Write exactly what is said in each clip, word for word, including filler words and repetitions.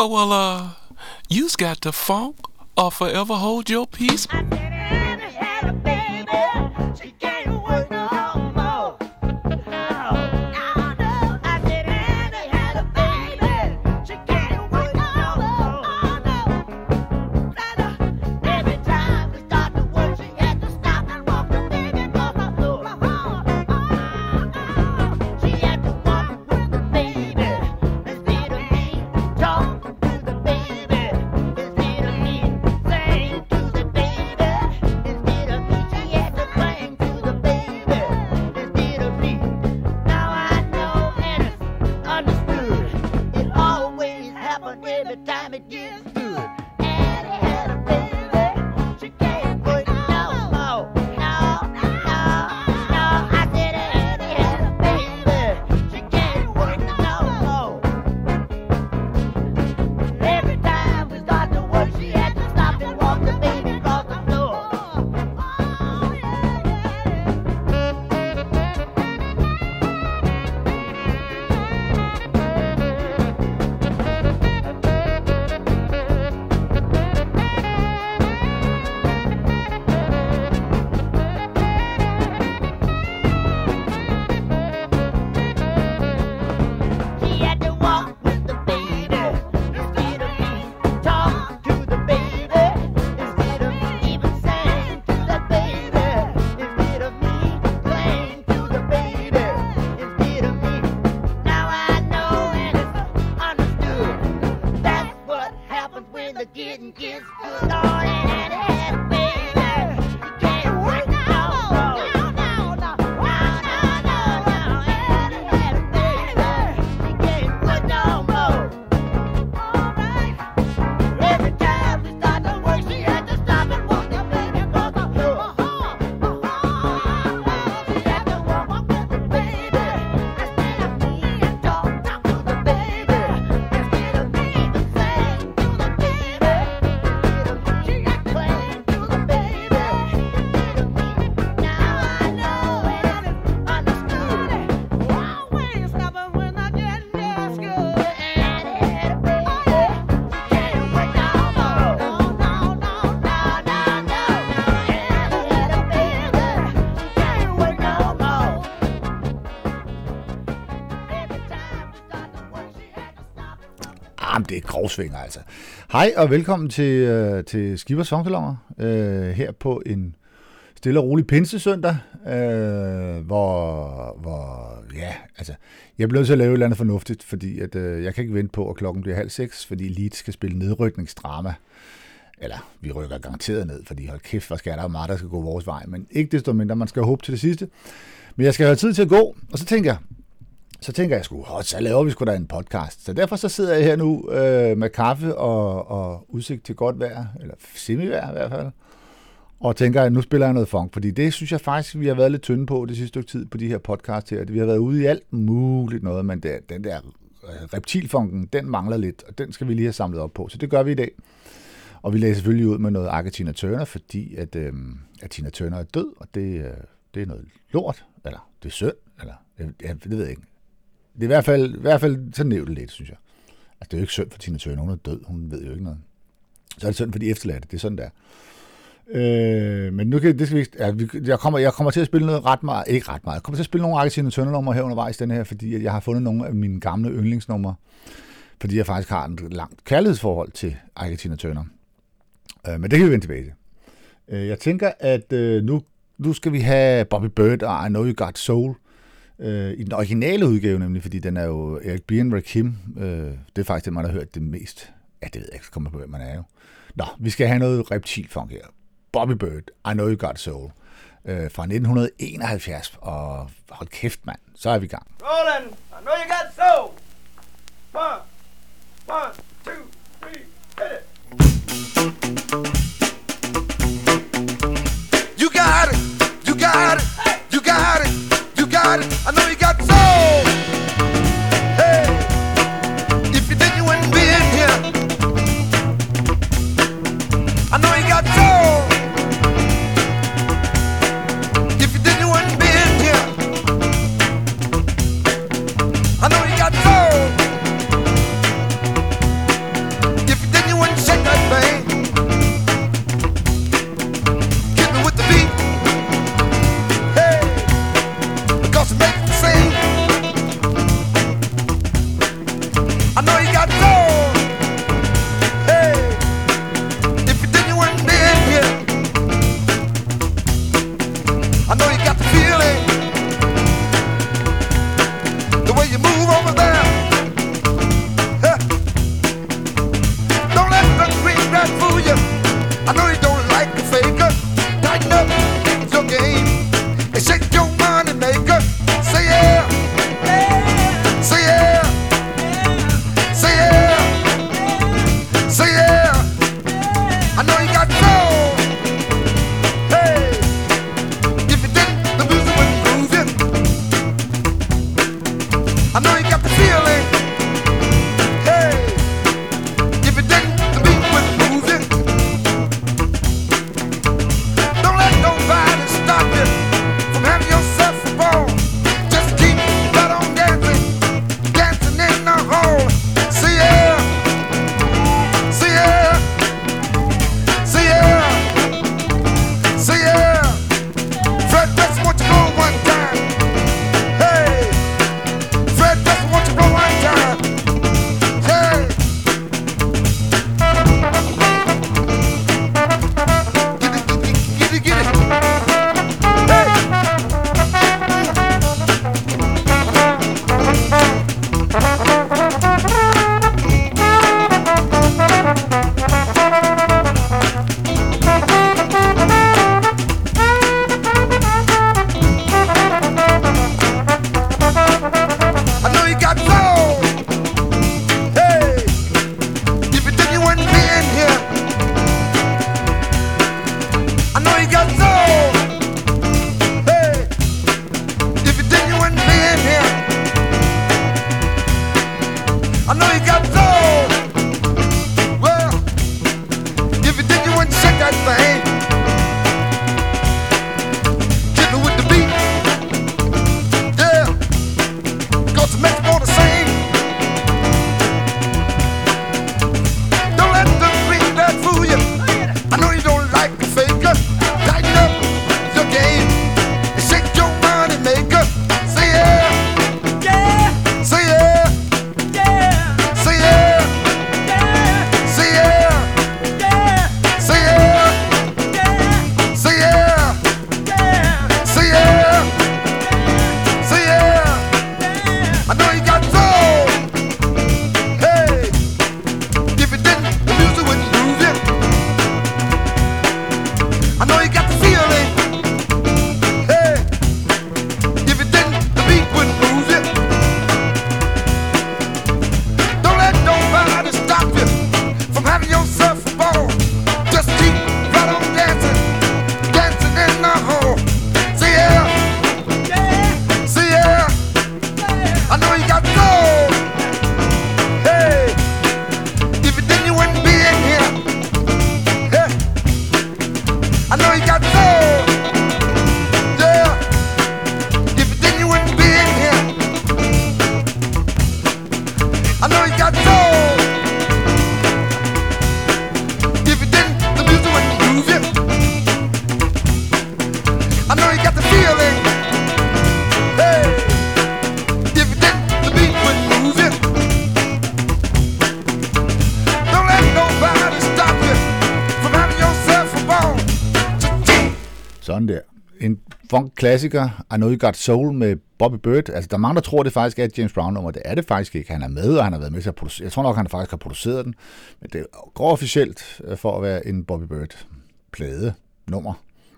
Oh, well, uh, you's got the funk or forever hold your peace. I said Annie had a baby, she can't work no more. No, no, no. I said Annie had a baby, she can't work no more. Oh, no. Every time we start to work, she had to stop and walk the baby across the floor. Oh, oh, oh. She had to walk with the baby instead of me. Talk to the baby instead of me. Sing to the baby instead of me. She had to cling to the baby instead of me. Now I know and it's understood. It always happens every time it gets good. Annie had a baby, she can't work no more. No, no, no. I said Annie had a baby, she can't work no more. Every time we start to work, she had to stop and walk the baby across the floor. Oh, yeah, She had to walk with the baby instead of me. Talk to the baby instead of me. Even sing to the baby instead of me. Cling to the baby instead of me. Now I know and it's understood. That's what happens when the getting gets good. Lord, and it had a baby. You can't work no more. No, no, no. No, no, no, no. And it had a baby. You can't work no more. All right. Every time we start to work, she had to stop and walk the baby across the floor. She had to walk with the baby instead of me and talk, talk to the baby instead of me and sing to the baby instead of me. She got cling to the baby instead of me. Now I know and it's understood. Always stop when I get this good. Annie had a baby, she can't work no more. No, no, no, no, no, no. Annie had a baby, she can't work no more. Every time we start to work, she had to stop. Ah, men det er grovsvinger, altså. Hej og velkommen til, øh, til Skippers Funksaloner, øh, her på en stille og rolig pinsesøndag, øh, hvor, hvor, ja, altså, jeg bliver nødt til at lave et eller andet fornuftigt, fordi at, øh, jeg kan ikke vente på, at klokken bliver halv seks, fordi Leeds skal spille nedrykningsdrama. Eller, vi rykker garanteret ned, fordi hold kæft, hvor skal der jo meget, der skal gå vores vej, men ikke desto mindre, man skal håbe til det sidste. Men jeg skal have tid til at gå, og så tænker jeg, så tænker jeg sgu, så laver vi sgu da en podcast. Så derfor så sidder jeg her nu øh, med kaffe og, og udsigt til godt vejr, eller semivejr i hvert fald, og tænker, at nu spiller jeg noget funk, fordi det synes jeg faktisk, vi har været lidt tynde på det sidste stykke tid på de her podcast her. Vi har været ude i alt muligt noget, men det, den der reptilfunken, den mangler lidt, og den skal vi lige have samlet op på. Så det gør vi i dag. Og vi læser selvfølgelig ud med noget af Tina Turner, fordi at, øh, at Tina Turner er død, og det, øh, det er noget lort, eller det er synd, eller jeg, jeg, det ved jeg ikke. Det er i hvert fald, i hvert fald så nævnt lidt, synes jeg. Altså, det er jo ikke synd for Tina Turner, hun er død, hun ved jo ikke noget. Så er det synd for de efterladte, det er sådan der. Øh, men nu kan det skal vi, ja, vi jeg, kommer, jeg kommer til at spille noget ret meget, ikke ret meget, jeg kommer til at spille nogle Tina Turner-numre her undervejs den her, fordi jeg har fundet nogle af mine gamle yndlingsnumre, fordi jeg faktisk har et langt kærlighedsforhold til Tina Turner. Øh, men det kan vi vende tilbage til. Øh, jeg tænker, at øh, nu, nu skal vi have Bobby Byrd og I Know You Got Soul, Øh, i den originale udgave nemlig, fordi den er jo Eric B. and Rakim. Øh, det er faktisk det, man har hørt det mest. Ja, det ved jeg ikke, så kommer på, hvem man er jo. Nå, vi skal have noget reptilfunk her. Bobby Byrd, I Know You Got Soul, øh, fra nitten enoghalvfjerds, og hold kæft, mand, så er vi i gang. Roland, I know you got soul. One, one, two, three, hit it. You got it, you got it, you got it. I know you got soul. Hey, if you did, you wouldn't be in here. I know you got soul. If you did, you wouldn't be in here. I know you got soul. Sådan der. En funk-klassiker, I Know You Got Soul med Bobby Bird. Altså, der er mange, der tror, det faktisk er et James Brown-nummer. Det er det faktisk ikke. Han er med, og han har været med til at producere. Jeg tror nok, han faktisk har produceret den. Men det går officielt for at være en Bobby Bird-plade-nummer.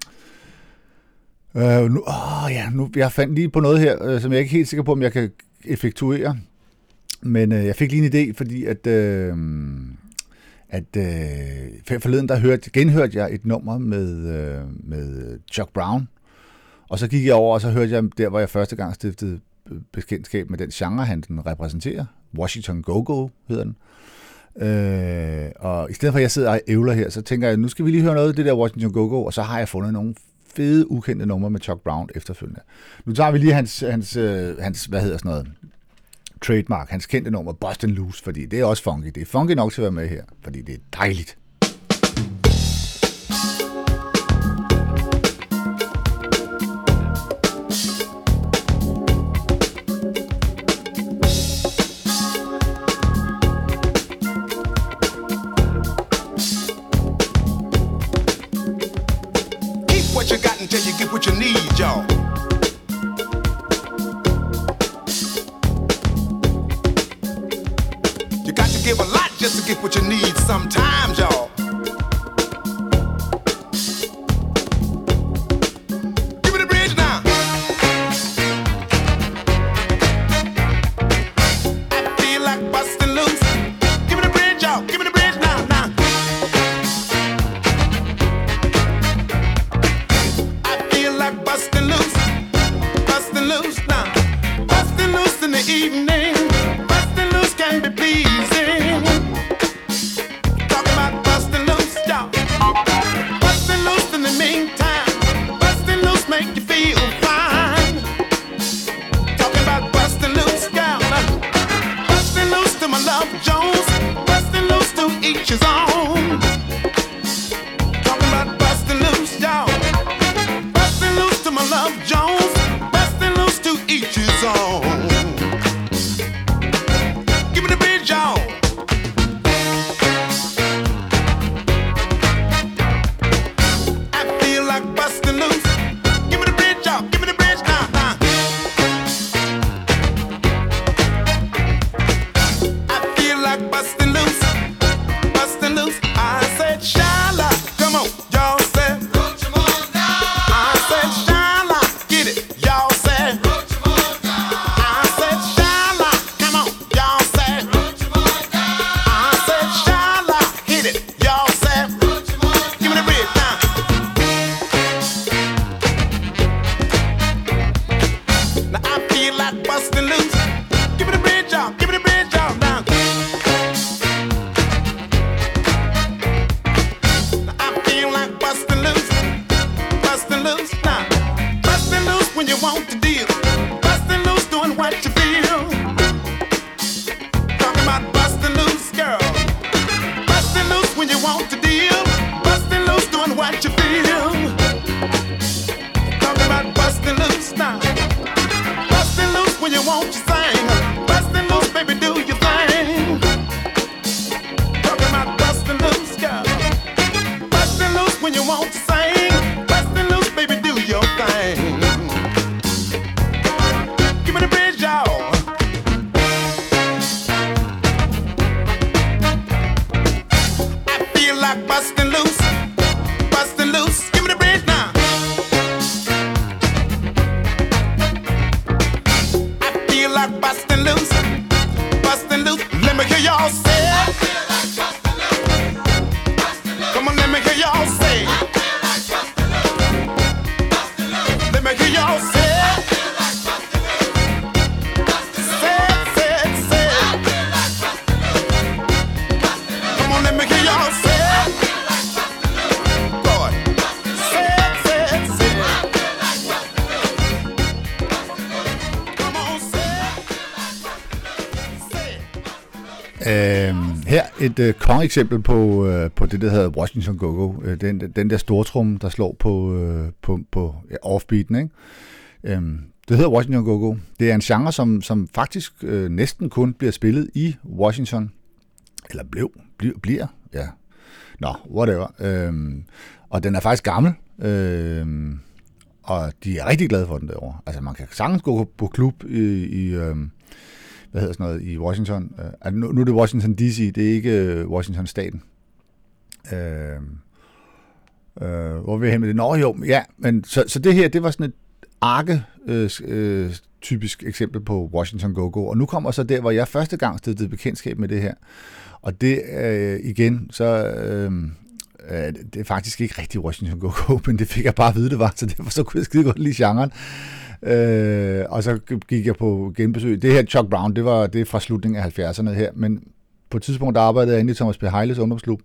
Uh, nu, oh, ja, nu, jeg fandt lige på noget her, uh, som jeg ikke er helt sikker på, om jeg kan effektuere. Men uh, jeg fik lige en idé, fordi at... Uh, at øh, forleden der hørte, genhørte jeg et nummer med, øh, med Chuck Brown, og så gik jeg over, og så hørte jeg der, hvor jeg første gang stiftede bekendtskab med den genre, han den repræsenterer. Washington Go-Go hedder den. Øh, og i stedet for, at jeg sidder og ævler her, så tænker jeg, nu skal vi lige høre noget af det der Washington Go-Go, og så har jeg fundet nogle fede, ukendte numre med Chuck Brown efterfølgende. Nu tager vi lige hans, hans, øh, hans hvad hedder sådan noget, trademark, hans kendte nummer, Boston Loose, fordi det er også funky. Det er funky nok til at være med her, fordi det er dejligt. Keep what you got until you get what you need, y'all. Give a lot just to get what you need sometimes, y'all. Give me the bridge now. I feel like busting loose. Give me the bridge, y'all. Give me the bridge now, now. I feel like busting loose. Busting loose now. Busting loose in the evening. Busting loose can be pleasing. Her et øh, kongeksempel på, øh, på det, der hedder Washington Go-Go. Øh, den, den der stortrum, der slår på, øh, på, på ja, offbeaten, ikke? Øhm, det hedder Washington Go-Go. Det er en genre, som, som faktisk øh, næsten kun bliver spillet i Washington. Eller blev, bliver, bliver, ja. Nå, whatever. Øhm, og den er faktisk gammel, øhm, og de er rigtig glade for den derovre. Altså, man kan sagtens gå på klub i, i øhm, hvad hedder sådan noget, i Washington. Øh, altså, nu, nu er det Washington D C, det er ikke øh, Washington-staten. Øhm, øh, hvor vil jeg hen med det? Nå, jo, ja, men så, så det her, det var sådan et arke øh, øh, typisk eksempel på Washington Go-Go, og nu kommer så der, hvor jeg første gang stiftede bekendtskab med det her. Og det øh, igen, så øh, øh, det er faktisk ikke rigtig Washington Go-Go, men det fik jeg bare at vide, det var, så derfor så kunne jeg skide godt lide genren. Øh, og så gik jeg på genbesøg. Det her Chuck Brown, det var det er fra slutningen af halvfjerdserne her, men på et tidspunkt der arbejdede jeg inde i Thomas P. Heiles ungdomsklub.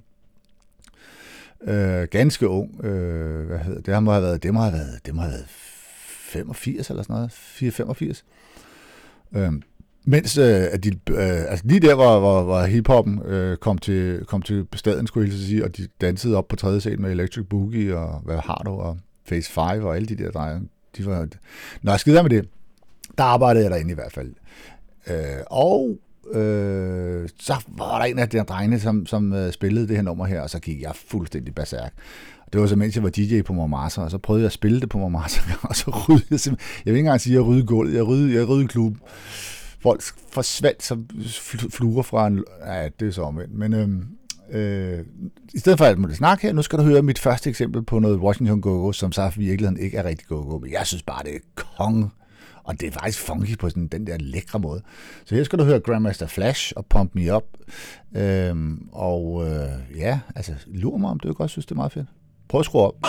Øh, ganske ung. Øh, hvad hedder det? Det må have været, det må have været, det må have været femogfirs eller sådan noget, fireogfirs femogfirs. Øh, mens øh, at de, øh, altså lige der, hvor, hvor, hvor hiphoppen øh, kom til kom til staden, skulle jeg sige, og de dansede op på tredje sal med Electric Boogie og hvad har du og Phase fem og alle de der drejer. De var, når jeg skider med det, der arbejdede jeg derinde i hvert fald. Øh, og øh, så var der en af de drengene, som, som øh, spillede det her nummer her, og så gik jeg fuldstændig berserk. Det var så, mens jeg var D J på Mombasa, og så prøvede jeg at spille det på Mombasa, og så ryddede jeg simpelthen, jeg vil ikke engang sige, at jeg ryddede gulvet, jeg ryddede, jeg ryddede klubben. Folk forsvandt som fluer fra en... Ja, det er så omvendt, men... Øhm, øh, i stedet for at må det snakke her, nu skal du høre mit første eksempel på noget Washington Go-Go, som så i virkeligheden ikke er rigtig Go-Go, men jeg synes bare, det er konge, og det er faktisk funky på sådan den der lækre måde. Så her skal du høre Grandmaster Flash og Pump Me Up, øhm, og øh, ja, altså, lurer mig, om du ikke også synes, det er meget fedt. Prøv at skrue op.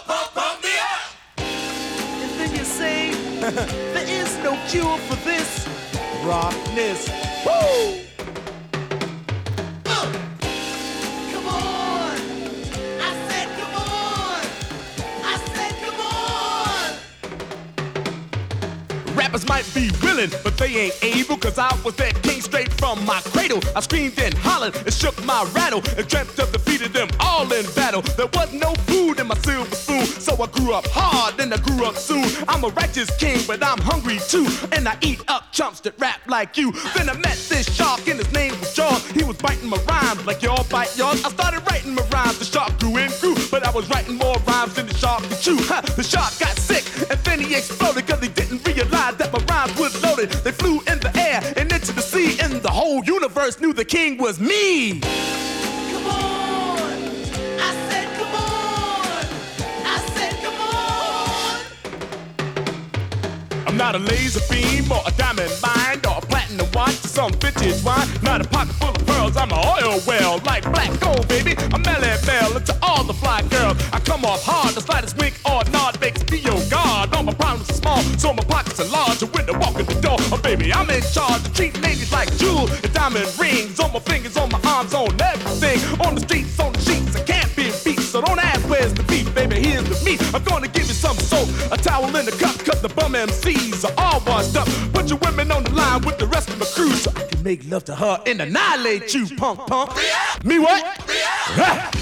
And then you say, there is no cure for this rockness. Woo! Uh, come on! I said come on! I said come on! Rappers might be willing, but they ain't able, cause I was that king straight from my cradle. I screamed and hollered and shook my rattle and dreamt of defeating them all in battle. There was no food in my silver spoon, so I grew up hard and I grew up soon. I'm a righteous king, but I'm hungry too, and I eat up chumps that rap like you. Then I met this shark and his name was Jaws. He was biting my rhymes like y'all bite yours. I started writing my rhymes, the shark grew and grew, but I was writing more rhymes than the shark could chew. Ha, the shark got sick and then he exploded, cause he didn't realize that my rhymes was loaded. They flew in the air and into the sea, and the whole universe knew the king was me. Come on, I said come on, I said come on. I'm not a laser beam or a diamond mine or a platinum watch or some vintage wine. Not a pocket full of pearls, I'm an oil well, like black gold, baby. I'm Melly Bell, and to all the fly girls, I come off hard. The slightest wink or nod makes me your god. All my problems are small, so my pockets are large. And when I walk in the door, oh baby, I'm in charge. I treat ladies like jewels and diamond rings on my fingers, on my arms, on everything. On the streets, on the sheets, I can't be beat. So don't ask where's the beef, baby, here's the meat. I'm gonna give you some soap, a towel in the cup, cause the bum M Cs are all washed up. Put your women on the line with the rest of my crew, so I can make love to her and annihilate you, punk punk. Me what? Ha!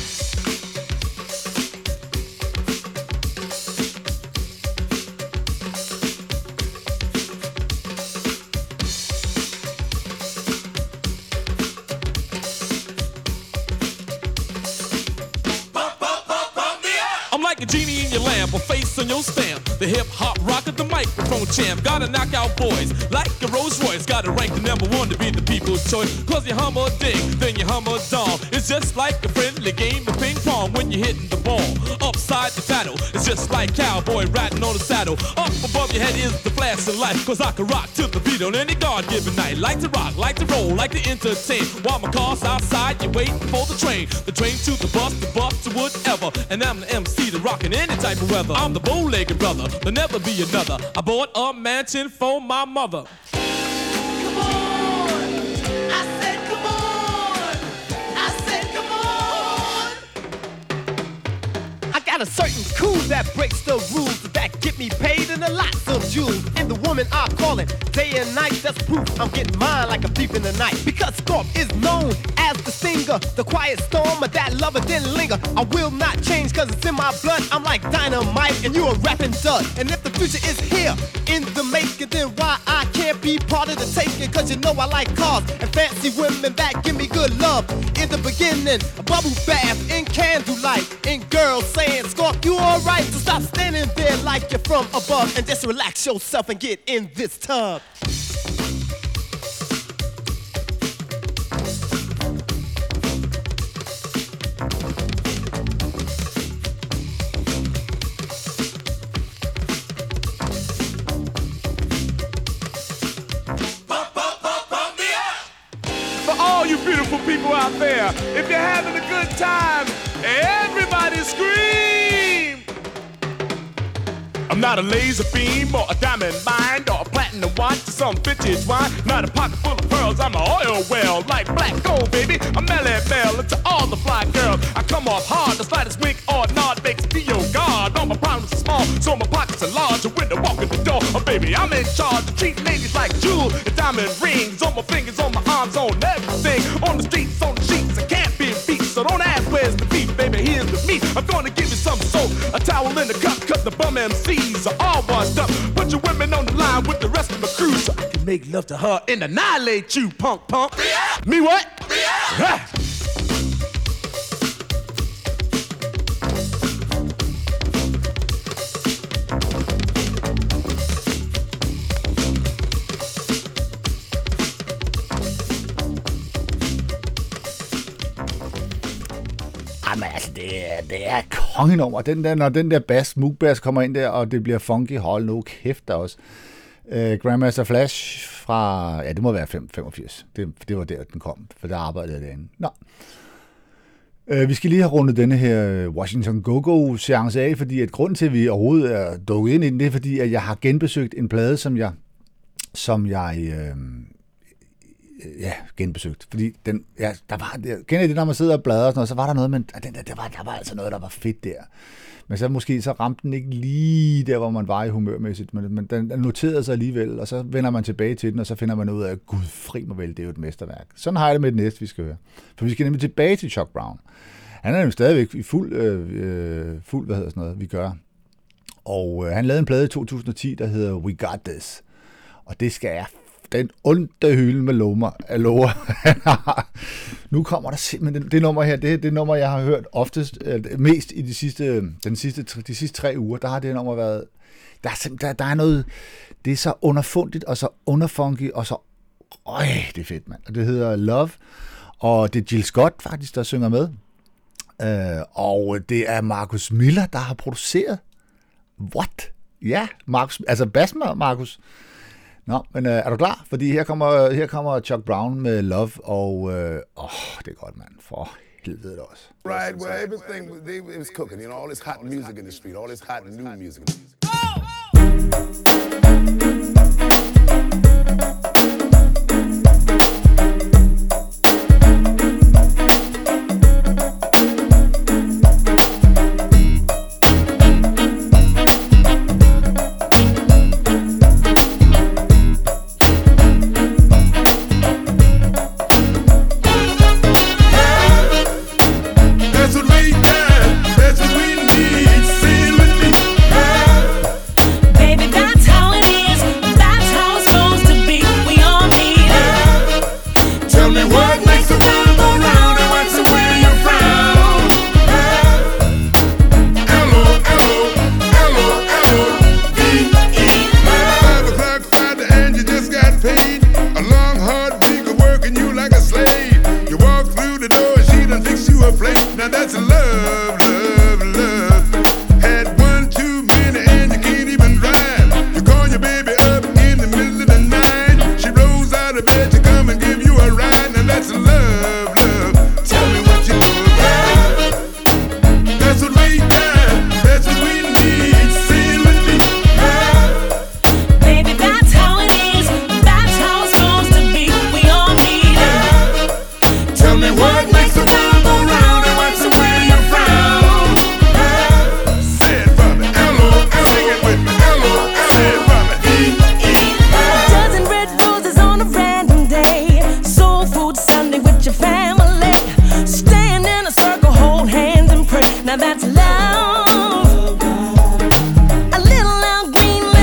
I'm like a genie in your lamp, a face on your stamp. The hip-hop rocker, the microphone champ. Gotta knock out boys like a Rolls Royce. Gotta rank the number one to be the people's choice. Cause you hum a ding, then you hum a dong. It's just like a friendly game of ping pong when you're hitting the ball. Upside the saddle, it's just like cowboy riding on a saddle. Up above your head is the flashing light. Cause I can rock to the beat on any God-given night. Like to rock, like to roll, like to entertain. While my car's outside, you're waiting for the train. The train to the bus, the bus to whatever. And I'm the M C to rock in any type of weather. I'm the bow-legged brother, there'll never be another. I bought a mansion for my mother. Come on, I said come on, I said come on. I got a certain cool that breaks the rules, that get me paid in a lots of jewels. And the woman I call it day and night, that's proof I'm getting mine like a thief in the night. Because Scorp is known as the singer, the quiet storm of that lover didn't linger. I will not change cause it's in my blood. I'm like dynamite and you a rapping dud. And if the future is here in the making. Then why I can't be part of the taking? Cause you know I like cars and fancy women that give me good love. In the beginning, a bubble bath in candlelight, and girls saying, Scorp, you alright? So stop standing there like you're from above and just relax yourself and get in this tub. Beautiful people out there, if you're having a good time, everybody scream! I'm not a laser beam or a diamond mine or a platinum watch or some vintage wine. Not a pocket full of pearls, I'm an oil well like black gold, baby. I'm Melly Mel, and to all the fly girls, I come off hard. The slightest wink or nod makes me your god. All my problems are small, so my pockets are large. And when I walk in the door, oh baby, I'm in charge of treating ladies like jewels. The diamond rings on my fingers, on my arms, on everything. On the streets, on the sheets, I can't be beat. So don't ask where's the beef, baby, here's the meat. I'm gonna give you some soap, a towel in the cup, cause the bum M Cs are all washed up. Put your women on the line with the rest of the crew, so I can make love to her and annihilate you, punk punk. Me what? Ha! Jamen altså, det er, det er kongenummer. Den der, når den der bass, Moog Bass kommer ind der, og det bliver funky, hold nu kæft der også. Uh, Grandmaster Flash fra, ja det må være femogfirs. Det, det var der, den kom, for der arbejdede jeg derinde. Nå. Uh, vi skal lige have rundet denne her Washington Go-Go-seance af, fordi at grunden til, at vi overhovedet er dukket ind i den, det er fordi, at jeg har genbesøgt en plade, som jeg, som jeg øh, ja, genbesøgt. Fordi den, ja, der var, der, kender I det, når man sidder og bladrer og sådan noget, så var der noget, men den der, der, var, der var altså noget, der var fedt der. Men så måske så ramte den ikke lige der, hvor man var i humørmæssigt, men, men den noterede sig alligevel, og så vender man tilbage til den, og så finder man ud af, gud fri mig vel, det er jo et mesterværk. Sådan har jeg det med det næste, vi skal høre. For vi skal nemlig tilbage til Chuck Brown. Han er nemlig stadigvæk i fuld, øh, fuld hvad hedder sådan noget, vi gør. Og øh, han lavede en plade i to tusind og ti, der hedder We Got This. Og det skal jeg den onde hylde med lover. Nu kommer der simpelthen det, det nummer her, det er det nummer, jeg har hørt oftest, øh, mest i de sidste, den sidste, de sidste tre uger, der har det nummer været, der er, der, der er noget, det er så underfundigt, og så underfunky, og så, øj, det er fedt, mand. Og det hedder Love, og det er Jill Scott faktisk, der synger med, øh, og det er Marcus Miller, der har produceret. What? Ja, Marcus, altså bass Marcus. Nå, men øh, er du klar? Fordi her kommer, her kommer Chuck Brown med Love, og øh, åh, det er godt, mand. For helvede det også. Right, where everything they, it was cooking, you know, all this hot music in the street, all this hot new music. Now that's love. A little loud green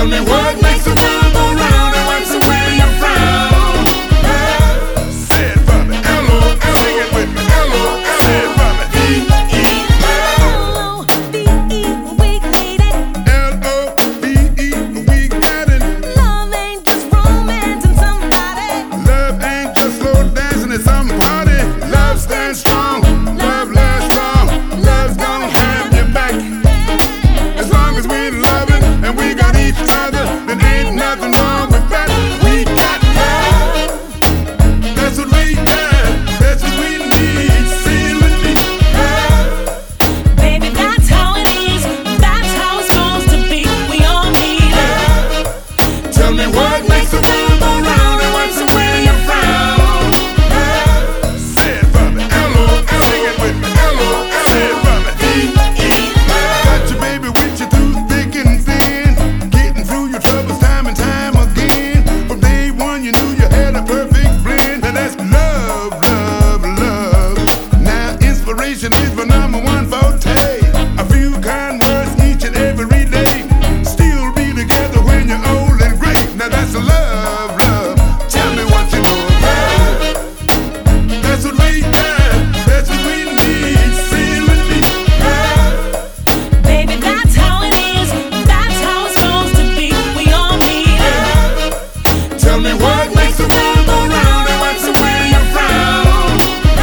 Tell me what makes the world go round and wipes away your frown. Say it for me. L O L. Sing it with me. L O L. Say it for me. E E L O V E. We made it. L O V E. We got it. Love ain't just romancing somebody. Love ain't just slow dancing at some party. Love stands strong. Love lasts long. Love's gonna have your back. As long as we're loving and we got each other, then ain't nothing wrong with that. We got love. That's what we got. That's what we need. Say it with me. Love. Baby, that's how it is. That's how it's supposed to be. We all need it. Tell me what makes the world go round and wipes away your frown. Say it for me. L O L. Sing it with me. L O L. Say it for me. E E L. Got your baby with you through thick and thin, getting through your troubles time and time again. From day one you knew you had a perfect blend, and that's love, love, love. Now inspiration is my number one forte. A few kind words each and every day. Still be together when you're old and gray. Now that's love, love. Tell me what you know about. That's what we got. That's what we need. Say it with me. Baby, that's how it is. That's how it's supposed to be. We all need it. Tell me what makes the world go round and wipes away your frown.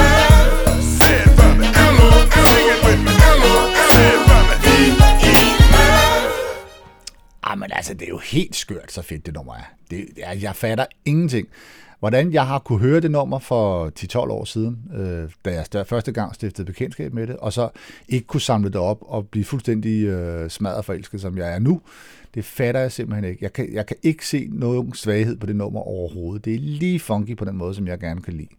Say it for me. L O L. Sing it with me. L O L. Say it for me. E E L. Jamen altså, det er jo helt skørt, så fedt det nummer er. Det, jeg, jeg fatter ingenting. Hvordan jeg har kunne høre det nummer for ti til tolv år siden, øh, da jeg stør, første gang stiftede bekendtskab med det, og så ikke kunne samle det op og blive fuldstændig øh, smadret forelsket, som jeg er nu, det fatter jeg simpelthen ikke. Jeg kan, jeg kan ikke se nogen svaghed på det nummer overhovedet. Det er lige funky på den måde, som jeg gerne kan lide.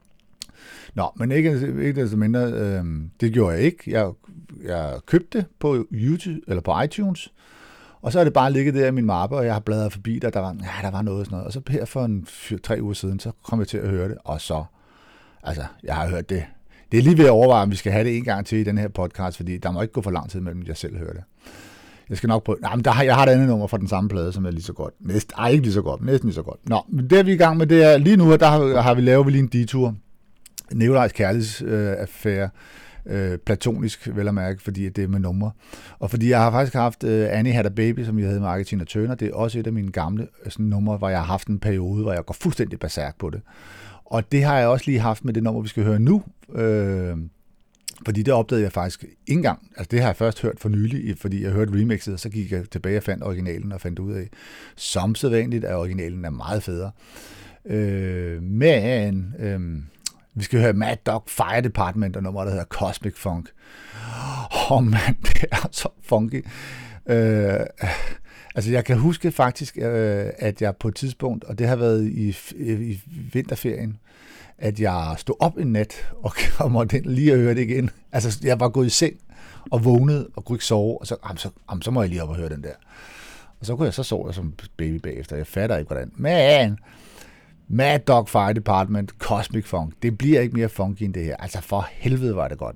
Nå, men ikke, ikke desto mindre, øh, det gjorde jeg ikke. Jeg, jeg købte det på YouTube, eller på iTunes, og så er det bare ligget der i min mappe, og jeg har bladret forbi der, der var, ja, der var noget sådan noget. Og så her for en fire, tre uger siden, så kom jeg til at høre det, og så, altså, jeg har hørt det. Det er lige ved at overveje, om vi skal have det en gang til i den her podcast, fordi der må ikke gå for lang tid mellem, jeg selv hører det. Jeg skal nok prøve, nej, men der har, jeg har et andet nummer fra den samme plade, som er lige så godt. Næsten, ej, ikke lige så godt, næsten lige så godt. Nå, men det er vi i gang med, det er, lige nu, der har, har vi lavet vi lige en detur. Neuralisk kærlighedsaffære. Øh, Øh, platonisk, vel at mærke, fordi det er med numre. Og fordi jeg har faktisk haft øh, Annie Had a Baby, som jeg havde med Tina Turner, det er også et af mine gamle sådan, numre, hvor jeg har haft en periode, hvor jeg går fuldstændig berserk på det. Og det har jeg også lige haft med det nummer, vi skal høre nu, øh, fordi det opdagede jeg faktisk ikke engang. Altså det har jeg først hørt for nylig, fordi jeg hørte remixet, og så gik jeg tilbage og fandt originalen og fandt ud af, som sædvanligt, at originalen er meget federe. Øh, men... Øh, Vi skal høre Mad Dog Fire Department og nummer, der hedder Cosmic Funk. Åh oh, mand, det er så funky. Øh, altså jeg kan huske faktisk, øh, at jeg på et tidspunkt, og det har været i, i vinterferien, at jeg stod op en nat og måtte lige at høre det igen. Altså jeg var gået i seng og vågnede og kunne ikke sove, og så, jamen, så, jamen, så må jeg lige op og høre den der. Og så kunne jeg så sove som baby bagefter. Jeg fatter ikke hvordan. Men... Mad Dog Fire Department, Cosmic Funk. Det bliver ikke mere funky end det her. Altså for helvede var det godt.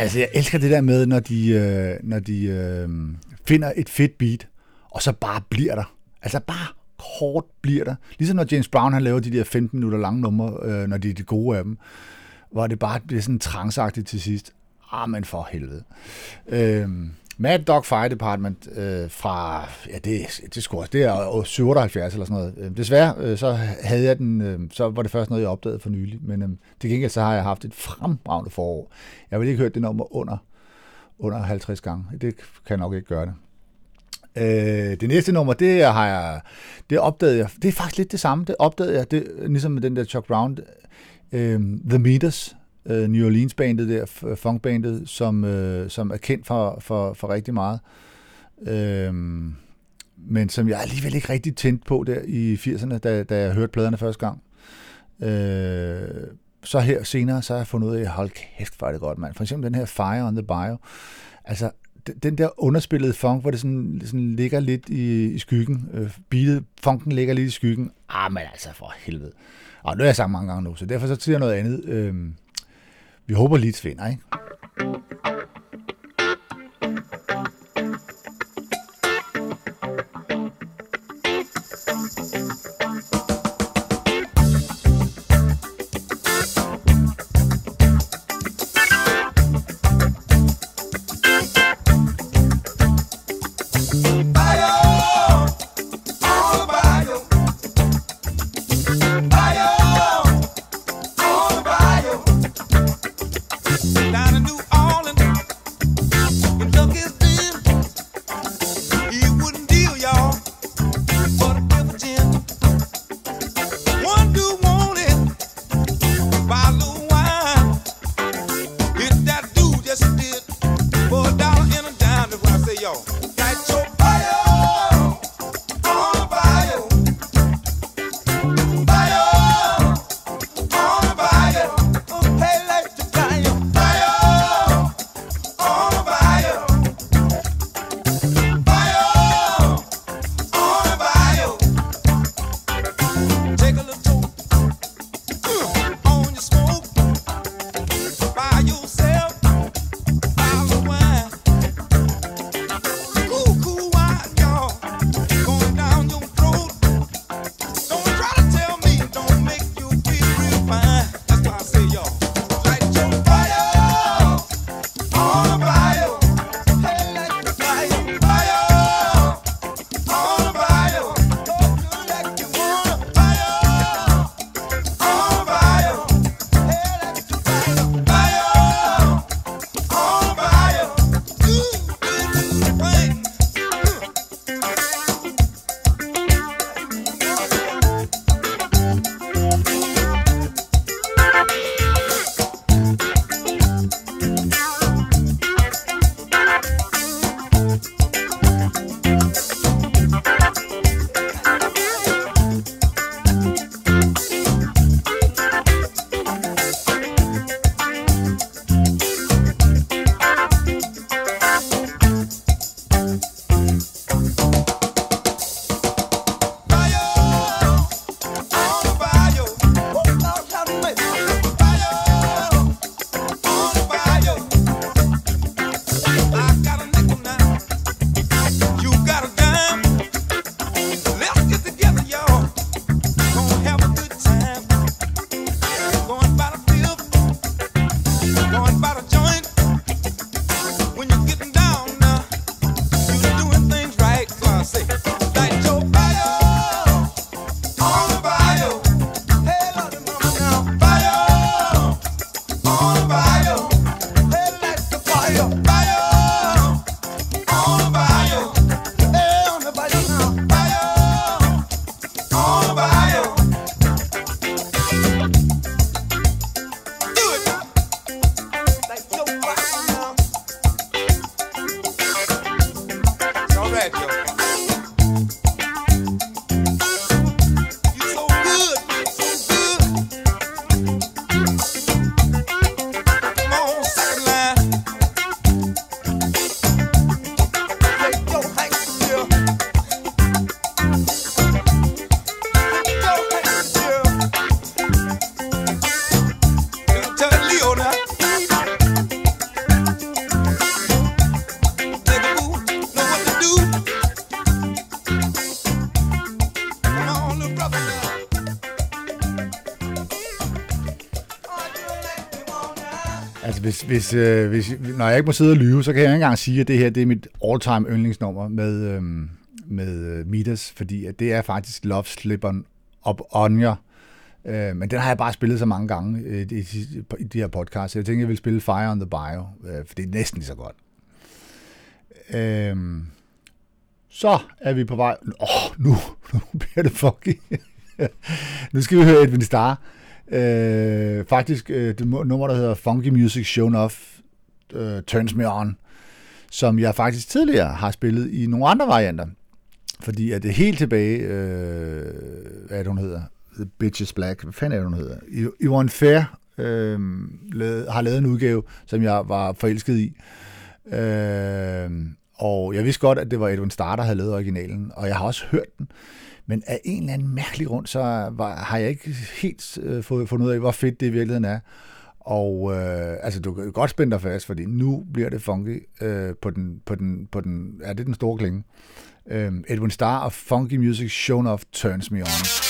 altså, jeg elsker det der med, når de, øh, når de øh, finder et fedt beat, og så bare bliver der. Altså bare kort bliver der. Ligesom når James Brown han laver de der femten minutter lange numre, øh, når de er de gode af dem, hvor det bare bliver sådan transagtigt til sidst. Ah, men for helvede. Øh, Mad Dog Fire Department øh, fra, ja, det, det, sgu, det er syvoghalvfjerds eller sådan noget. Øh, desværre, øh, så havde jeg den, øh, så var det først noget, jeg opdagede for nylig, men øh, til gengæld så har jeg haft et fremragende forår. Jeg har vel ikke hørt det nummer under, under halvtreds gange. Det kan jeg nok ikke gøre det. Øh, det næste nummer, det har jeg, det opdagede jeg, det er faktisk lidt det samme, det opdagede jeg, det, ligesom med den der Chuck Brown, øh, The Meters, øh, New Orleans-bandet der, funkbandet, som, øh, som er kendt for, for, for rigtig meget, øh, men som jeg alligevel ikke rigtig tændt på der i firserne, da, da jeg hørte pladerne første gang. Øh, så her senere, så har jeg fundet ud af, hold kæft, hvor er det godt, mand. For eksempel den her Fire on the Bio, altså den der underspillede funk, hvor det sådan, sådan ligger lidt i, i skyggen. Øh, beatet, funken ligger lidt i skyggen. Ah, men altså for helvede. Og nu har jeg sagt mange gange nu, så derfor så siger jeg noget andet. Øh, vi håber Leeds vinder, ikke? Down in New Orleans. Altså, hvis, hvis, øh, hvis, når jeg ikke må sidde og lyve, så kan jeg ikke engang sige, at det her det er mit all-time yndlingsnummer med, øhm, med uh, Midas, fordi at det er faktisk Love Slip Up On You. Øh, men den har jeg bare spillet så mange gange øh, i, i, i de her podcasts. Jeg tænkte, jeg ville spille Fire on the Bio, øh, for det er næsten lige så godt. Øh, så er vi på vej... Åh, oh, nu, nu bliver det funky. Nu skal vi høre Edwin Starr. Øh, faktisk øh, det nummer, der hedder Funky Music Shown Off uh, Turns Me On, som jeg faktisk tidligere har spillet i nogle andre varianter. Fordi at det er helt tilbage... Øh, hvad er det, hun hedder? The Bitches Black. Hvad fanden er det, hun hedder? Yvonne Fair øh, lavede, har lavet en udgave, som jeg var forelsket i. Øh, og jeg vidste godt, at det var Edwin Starr, der havde lavet originalen, og jeg har også hørt den. Men af en eller anden mærkelig grund, så var, har jeg ikke helt øh, fået fundet ud af, hvor fedt det i virkeligheden er. Og øh, altså, du kan godt spænde dig fast, fordi nu bliver det funky øh, på den, på den, på den, ja, det er den store klinge. Øh, Edwin Starr og Funky Music Shown Off Turns Me On.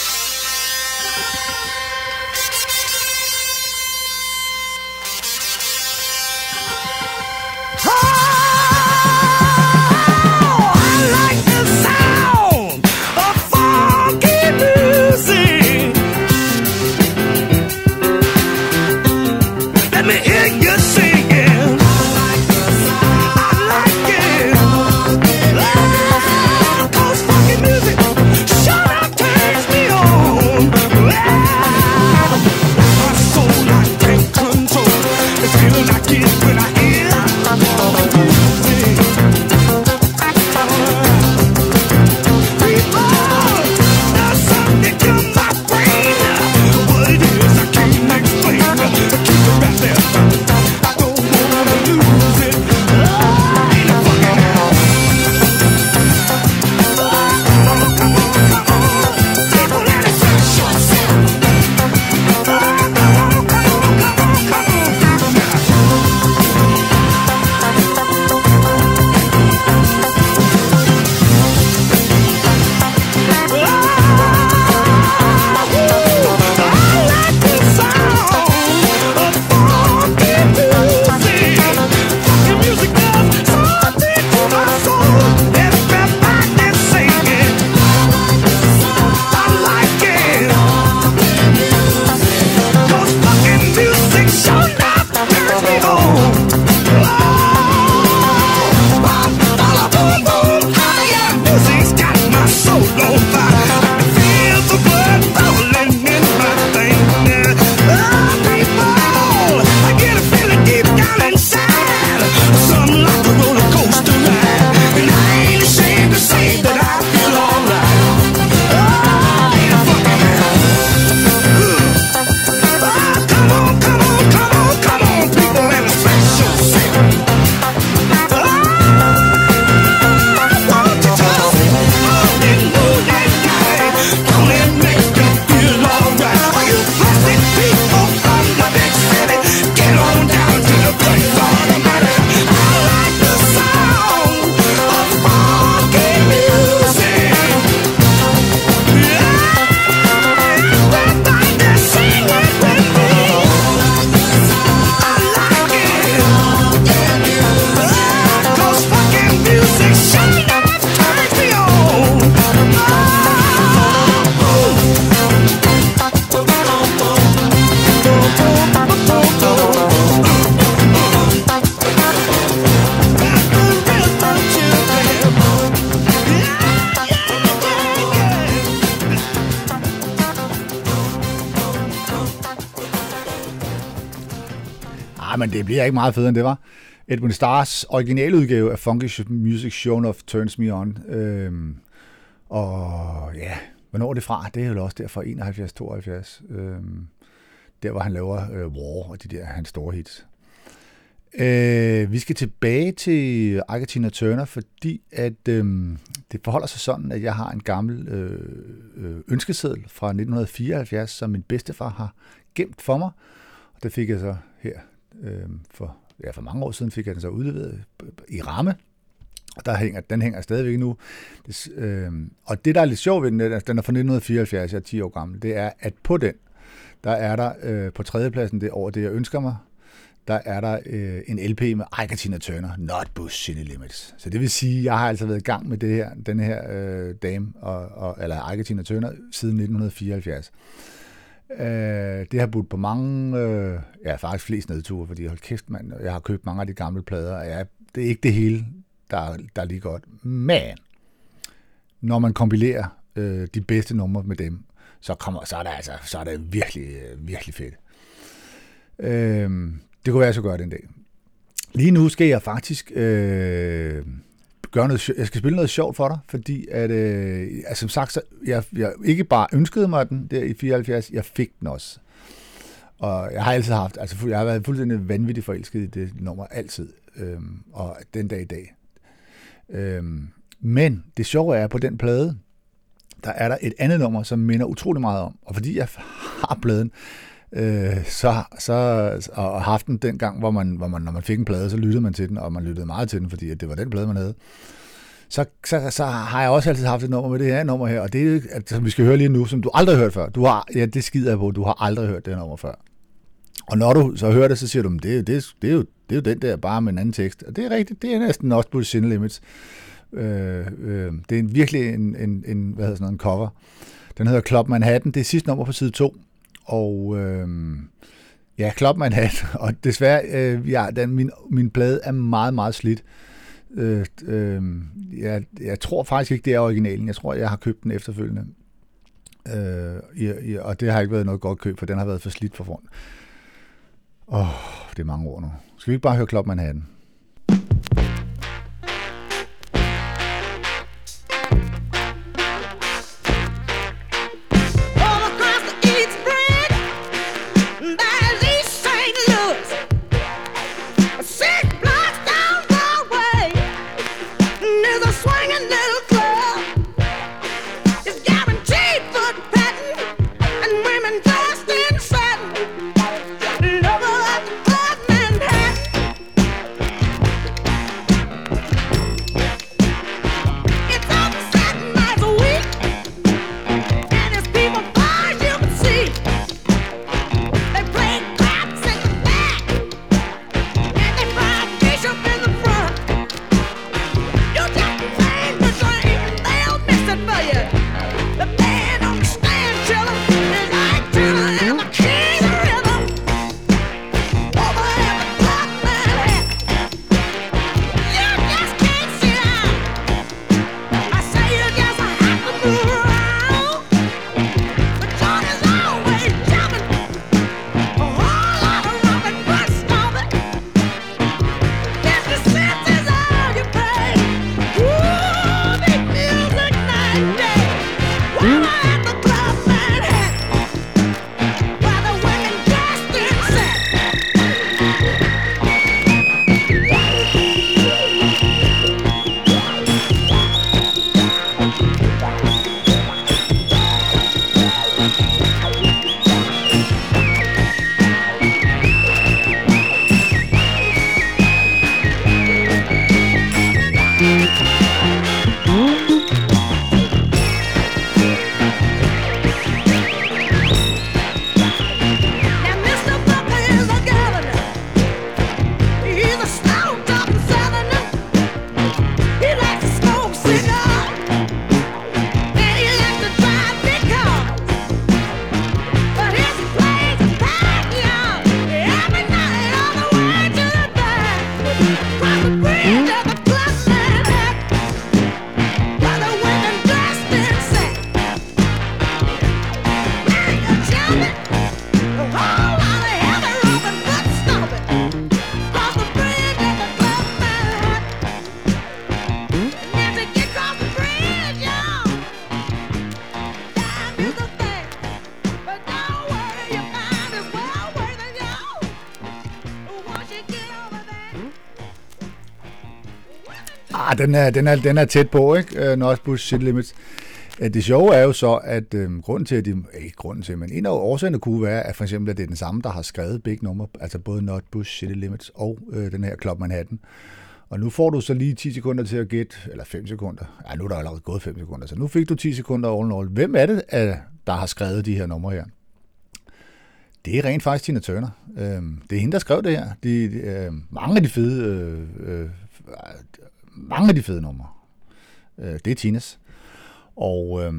Men det bliver ikke meget federe, end det var. Edwin Starrs originaludgave af Funky Music Shown Off Turns Me On. Øhm, og ja, hvornår er det fra? Det er jo også der fra enoghalvfjerds tooghalvfjerds. Øhm, der, hvor han laver øh, War og de der hans store hits. Øh, vi skal tilbage til Ike Tina Turner, fordi at øh, det forholder sig sådan, at jeg har en gammel øh, øh, ønskeseddel fra nitten fireoghalvfjerds, som min bedstefar har gemt for mig. Og det fik jeg så her øh, for, ja, for mange år siden, fik jeg den så udleveret i ramme. Og der hænger, den hænger stadigvæk nu. Det, øh, og det, der er lidt sjovt ved den, altså, den er fra nitten fireoghalvfjerds, jeg er ti år gammel, det er, at på den, der er der øh, på tredjepladsen det over det, jeg ønsker mig. der er der øh, en L P med Ike Tina Turner, Not Bush City Limits. Så det vil sige, jeg har altså været i gang med det her, den her øh, dame, og, og, eller Ike Tina Turner, siden nitten fireoghalvfjerds. Øh, det har budt på mange, øh, ja faktisk flest nedture, fordi hold kæft mand, jeg har købt mange af de gamle plader, og ja, det er ikke det hele, der, der er lige godt. Men når man kompilerer øh, de bedste numre med dem, så, kommer, så er det altså så er det virkelig, virkelig fedt. Øh, det kunne være, så gøre det en dag. Lige nu skal jeg faktisk øh, gøre noget, jeg skal spille noget sjovt for dig, fordi at, øh, altså, som sagt, så jeg, jeg ikke bare ønskede mig den der i fireoghalvfjerds, jeg fik den også. Og jeg har altid haft, altså jeg har været fuldstændig vanvittigt forelsket i det nummer, altid, øh, og den dag i dag. Øh, men det sjove er, på den plade, der er der et andet nummer, som minder utrolig meget om, og fordi jeg har pladen, øh, så, så og haft den dengang, hvor man, hvor man, når man fik en plade, så lyttede man til den, og man lyttede meget til den, fordi det var den plade, man havde. Så, så, så har jeg også altid haft et nummer med det her nummer her, og det er, som vi skal høre lige nu, som du aldrig har hørt før. Du har, ja, det skider jeg på, du har aldrig hørt det her nummer før. Og når du så hører det, så siger du, det er, det, er, det, er jo, det er jo den der, bare med en anden tekst. Og det er rigtigt, det er næsten også Bush City Limits. Øh, øh, det er virkelig en, en, en, hvad hedder sådan noget, en cover. Den hedder Club Manhattan, det er sidste nummer på side to. Og øh, ja, Club Manhattan, og desværre, øh, ja, den, min, min plade er meget, meget slidt. Øh, øh, jeg, jeg tror faktisk ikke, det er originalen. Jeg tror, jeg har købt den efterfølgende. Øh, i, i, og det har ikke været noget godt køb, for den har været for slidt for foran. Åh, oh, det er mange år nu. Skal vi ikke bare høre Club Manhattan? Ah, den er, den er, den er tæt på, ikke? Uh, Not Bush City Limits. Uh, det sjove er jo så, at uh, grunden til, at de, ikke grunden til, men en af årsagerne kunne være, at for eksempel, at det er den samme, der har skrevet begge numre, altså både Not Bush City Limits og uh, den her Club Manhattan. Og nu får du så lige ti sekunder til at gætte, eller fem sekunder. Ja, nu er der allerede gået fem sekunder, så nu fik du ti sekunder all in all. Hvem er det, der har skrevet de her numre her? det er rent faktisk Tina Turner. Øhm, det er hende, der skrev det her. De, de, øh, mange af de fede, øh, øh, mange af de fede numre. Øh, det er Tinas. Og øh,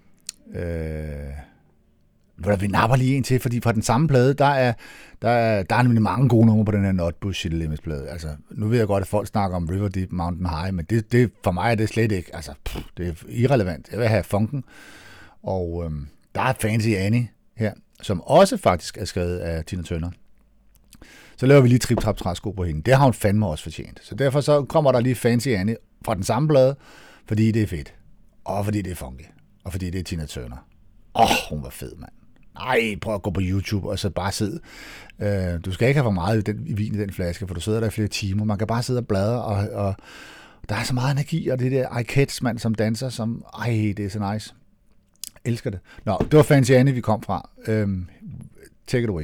øh, vi napper lige en til, fordi fra den samme plade, der er, der er, der er nemlig mange gode numre på den her Nutbush City Limits plade. Altså, nu ved jeg godt, at folk snakker om River Deep Mountain High, men det, det, for mig er det slet ikke, altså, pff, det er irrelevant. Jeg vil have funken. Og øh, der er Fancy Annie her, som også faktisk er skrevet af Tina Turner. Så laver vi lige trip trap træsko på hende. Det har hun fandme også fortjent. Så derfor så kommer der lige Fancy Annie fra den samme plade, fordi det er fedt. Og fordi det er funky. Og fordi det er Tina Turner. Åh, oh, hun var fed, mand. Nej, prøv at gå på YouTube og så bare sidde. Uh, du skal ikke have for meget i, den, i vin i den flaske, for du sidder der i flere timer. Man kan bare sidde og bladre, og, og der er så meget energi, og det der iCats, mand, som danser, som, ej, det er så nice. Elsker det. Nå, det var Fancy Annie, vi kom fra. Um, take it away.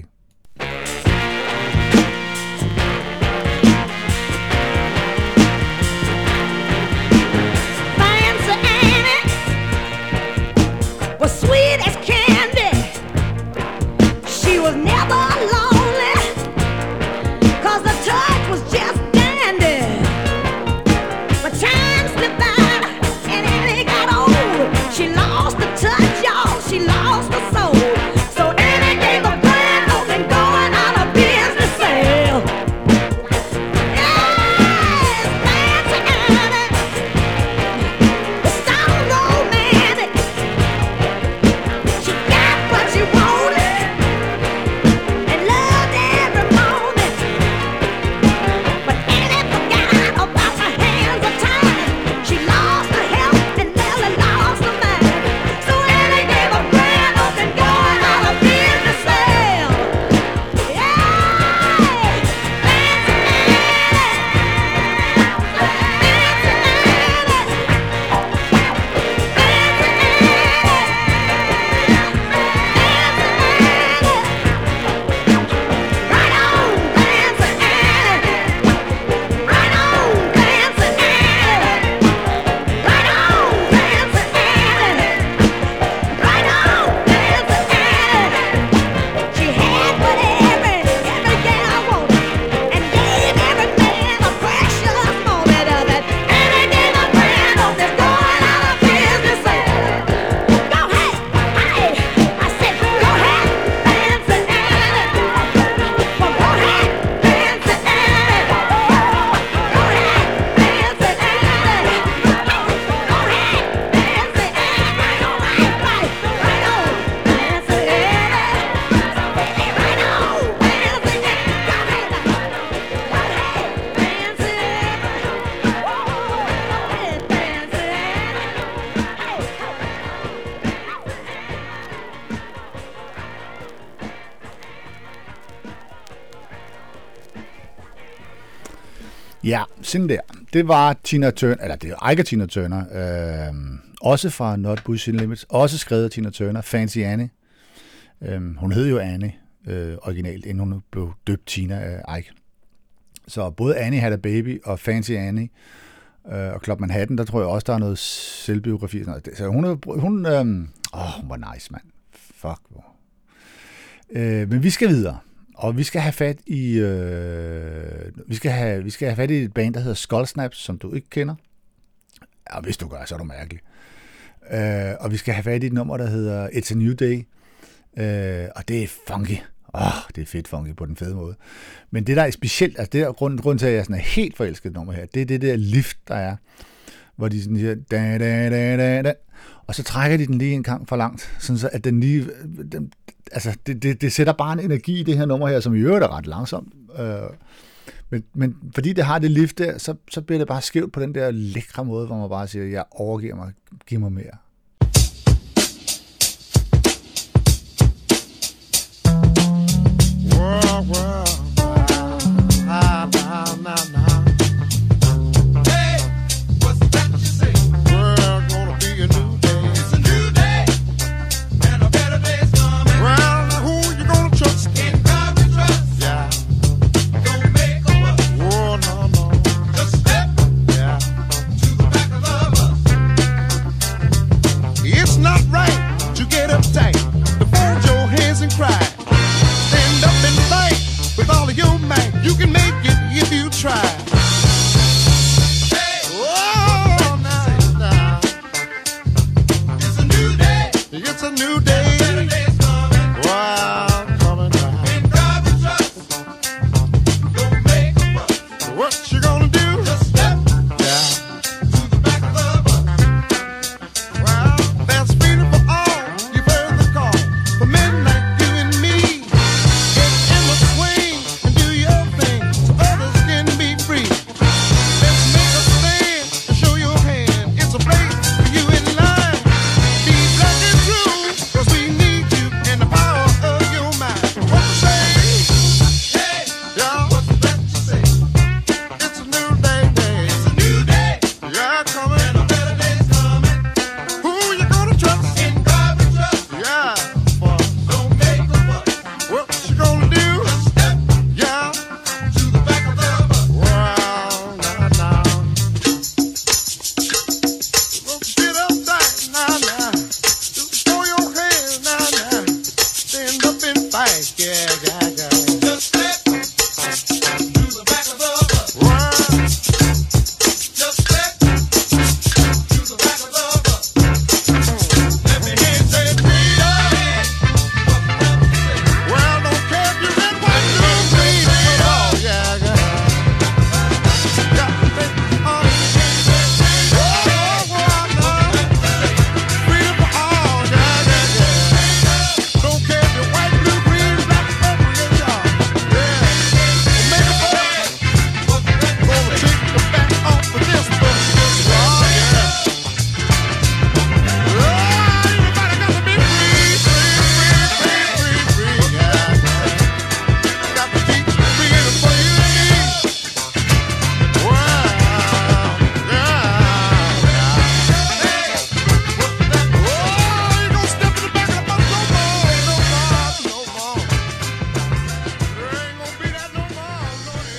Sweet as candy, she was never lonely, 'cause the touch was just dandy. But time slipped by and Annie got old. She lost the touch, y'all, she lost the soul. So Annie gave a grand open going out of business sale. Yes, Fancy Annie was so romantic. She got what she wanted and loved every moment. But Annie forgot about her hands of time. She lost her health and nearly lost her mind. So Annie gave a grand open going out of business sale. Yeah, Fancy Annie, Fancy Annie, right on, Fancy Annie. Right on, Fancy Annie. Right on, Fancy Annie. Right on, Fancy Annie. She had what every, every gal wanted, and gave every man a precious moment of it. Annie gave a grand open going out of business sale. Go ahead, hey, I said go ahead, Fancy Annie. Well, go ahead, Fancy Annie. Go ahead, Fancy Annie. Go ahead, Fancy Annie. Right on, right, right, right on, Fancy Annie. Right on, Fancy Annie. Go ahead, go ahead, Fancy Ja, sådan der. Det var Tina Turner, eller det er ikke Tina Turner, øh, også fra Nutbush City Limits, også skrevet af Tina Turner, Fancy Annie. Øh, hun hed jo Annie øh, originalt, inden hun blev døbt Tina af Ike. Så både Annie Had a Baby og Fancy Annie øh, og Club Manhattan, der tror jeg også, der er noget selvbiografi. Og sådan noget. Så hun er, hun, øh, åh, hun var nice, mand. Fuck. Øh, men vi skal videre. Og vi skal have fat i øh, vi skal have vi skal have fat i et band, der hedder Skull Snaps, som du ikke kender. Ja, hvis du gør, så er du mærkelig. Øh, og vi skal have fat i et nummer, der hedder It's a New Day. Øh, og det er funky. Åh, oh, det er fedt funky på den fede måde. Men det der er specielt, altså det der grund, grund til, at jeg sådan er helt forelsket nummer her, det er det der lift, der er, hvor de sådan siger da, da, da, da, da. Og så trækker de den lige en gang for langt, sådan så at den lige den, altså det, det, det sætter bare en energi i det her nummer her, som i øvrigt er ret langsomt. Øh, men, men fordi det har det lift der, så, så bliver det bare skævt på den der lækre måde, hvor man bare siger, jeg overgiver mig, giv mig mere. Well, well, nah, nah, nah, nah. Hey, what's that you say? Well, gonna be a new day. It's a new day, and a better day's coming. Well, who you gonna trust? In God we trust. Yeah. Don't make a fuss. Oh, no, no. Just step. Yeah. To the back of the bus. new day. Wow, coming down. What you gonna do? Just step down to the back of the bus. Well, there's freedom for all. You've heard the call. For men like you and me, get in the swing and do your thing so others can be free. Let's make a stand and show your hand. It's a place for you in line. Be black and true, 'cause we need you and the power of your mind. What you say? Hey, yeah, what's that you say? It's a new day, day. It's a new day. Yeah, coming. And a better day's coming. Who you gonna trust? In God we trust. Yeah, for don't make a fuss. What you gonna do? Just step, yeah, to the back of the bus. Well, now, now. Well, get up there, now, now. Just throw your hands, now, now. Stand up and fight, yeah, yeah, yeah. Just step to the back of the bus. Well, just step to the back of the bus. Let me hear you say freedom. Well, don't care if you're in white, blue, green, at all. Yeah, yeah. Got to think on it. Oh, oh, oh, freedom for all. Yeah, yeah, yeah. Don't care if you're white, blue, green, black, purple, yeah, y'all. Yeah. Make a voice. Gonna take the back off of this bus. Oh, yeah. Oh, everybody got to be free, free, free, free, free, free, yeah. Got to keep the freedom for you and me. Wow, yeah, yeah. Hey, what's that? Oh, you gonna step in the back of the bus no more, no more, no more. There ain't gonna be that no more,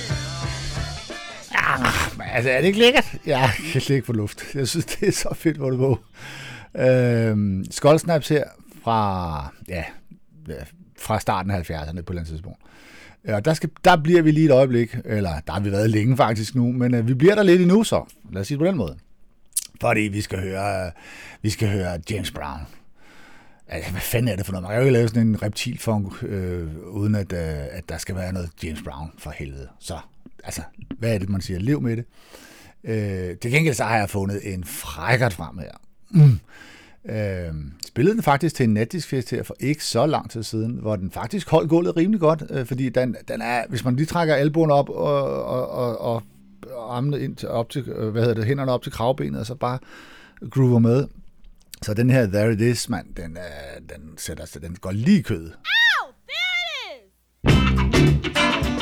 no more. Altså, er det ikke lækkert? Ja, jeg kan slet ikke få luft. Jeg synes, det er så fedt, hvor det var. Øhm, Skoldsnaps her fra, ja, ja, fra starten af halvfjerdserne på et eller andet tidspunkt. Og der, skal, der bliver vi lige et øjeblik, eller der har vi været længe faktisk nu, men øh, vi bliver der lidt endnu så. Lad os sige det på den måde. Fordi vi skal høre, vi skal høre James Brown. Altså, hvad fanden er det for noget? Man kan jo ikke lave sådan en reptilfunk, øh, uden at, øh, at der skal være noget James Brown for helvede. Så, altså, hvad er det, man siger? Lev med det. Øh, til gengæld så har jeg fundet en frækkert frem her. Mm. Øh, spillede den faktisk til en natdiskfest her for ikke så lang tid siden, hvor den faktisk holdt gulvet rimelig godt, øh, fordi den, den er, hvis man lige trækker albuen op og, og, og, og armene ind til, op til, hvad hedder det, hænderne op til kravbenet, og så bare groover med. Så den her There It Is, mand, den, øh, den sætter sig, den går lige i kødet. Ow! There it is!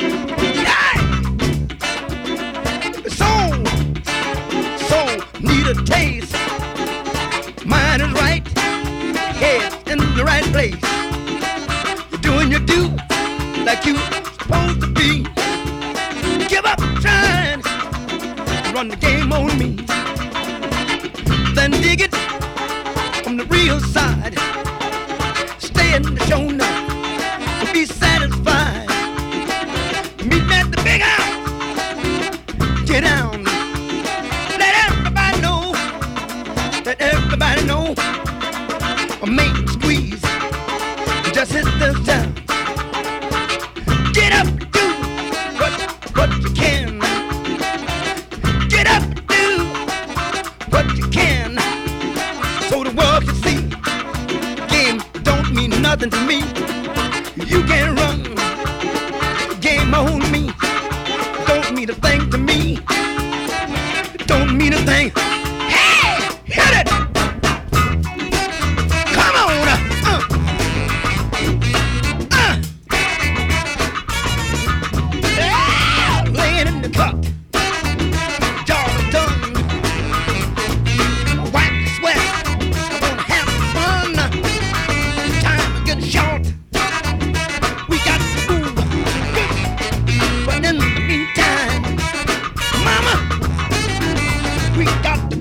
Soul, soul, need a taste. Mind is right, head in the right place. You're doing your due like you supposed to be. Give up trying, run the game on me. Then dig it from the real side. Stay in the show now and be satisfied. Meet me at the big house. Get down. Let everybody know. Let everybody know. A main squeeze. Just hit the town. Get up, do what, what you can. Get up, do what you can. So the world can see. Game don't mean nothing to me. You can run. Game on me. Don't mean a thing to me. Don't mean a thing. Hey! Hit it! Come on! Uh. Uh. Yeah! Laying in the cup. Jaw done. Wipe the sweat. I'm gonna have fun. Time is getting short. We got to move. But in the meantime, mama, we got to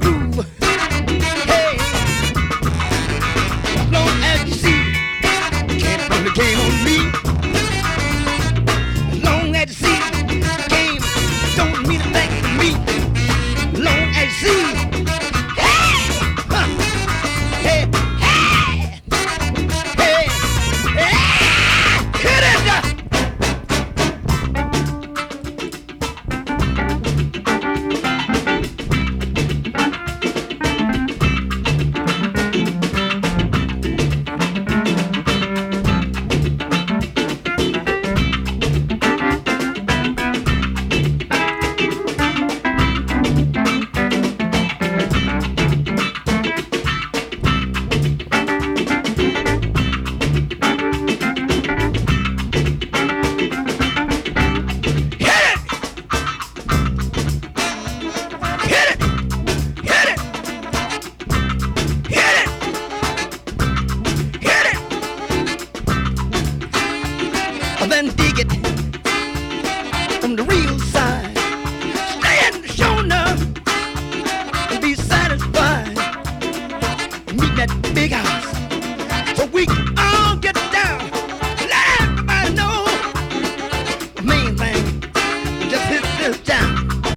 We all get down. Let everybody know. The main thing, just hit this down.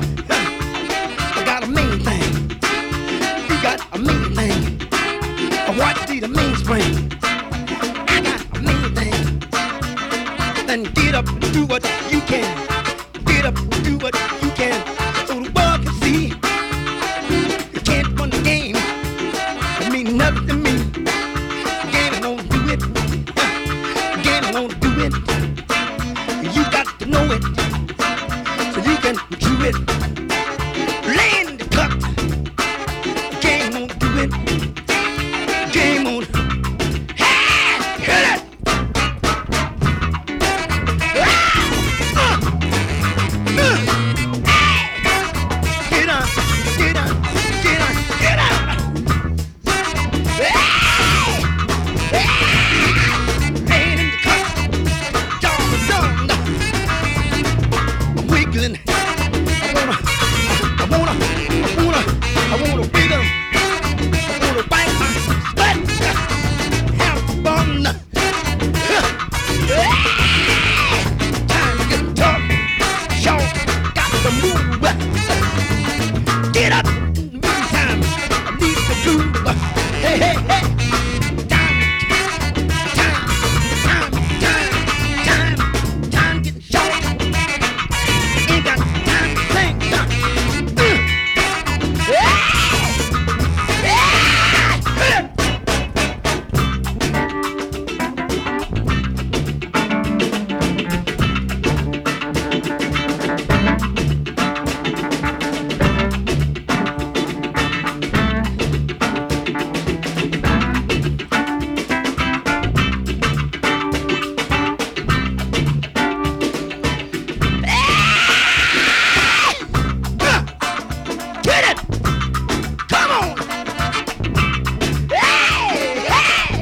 I got a main thing. You got a main thing. What see the mainspring? I got a main thing. Then get up and do what you can. Get up and do what you can. So the world can see. You can't run the game. It means nothing to me. Again, I don't do it. Again, I don't do it. You got to know it. So you can do it. Lay in the cup. Again, I don't do it. Game on. Hey, hit it. Ah, uh, uh, hey. Get on, get on, get on, get on. Hey, hey. Laying in the cup, down the zone. I'm wiggling. I wanna, I wanna, I wanna, I wanna wiggle. I wanna bite my butt. Have fun. Time to get tough. Show got to move. Get up. Meantime, I need the groove. Hey, hey, hey. Time, time, time, time, time, time getting short. Ain't got time to think. Uh, yeah. Get it! Come on! Hey! Hey!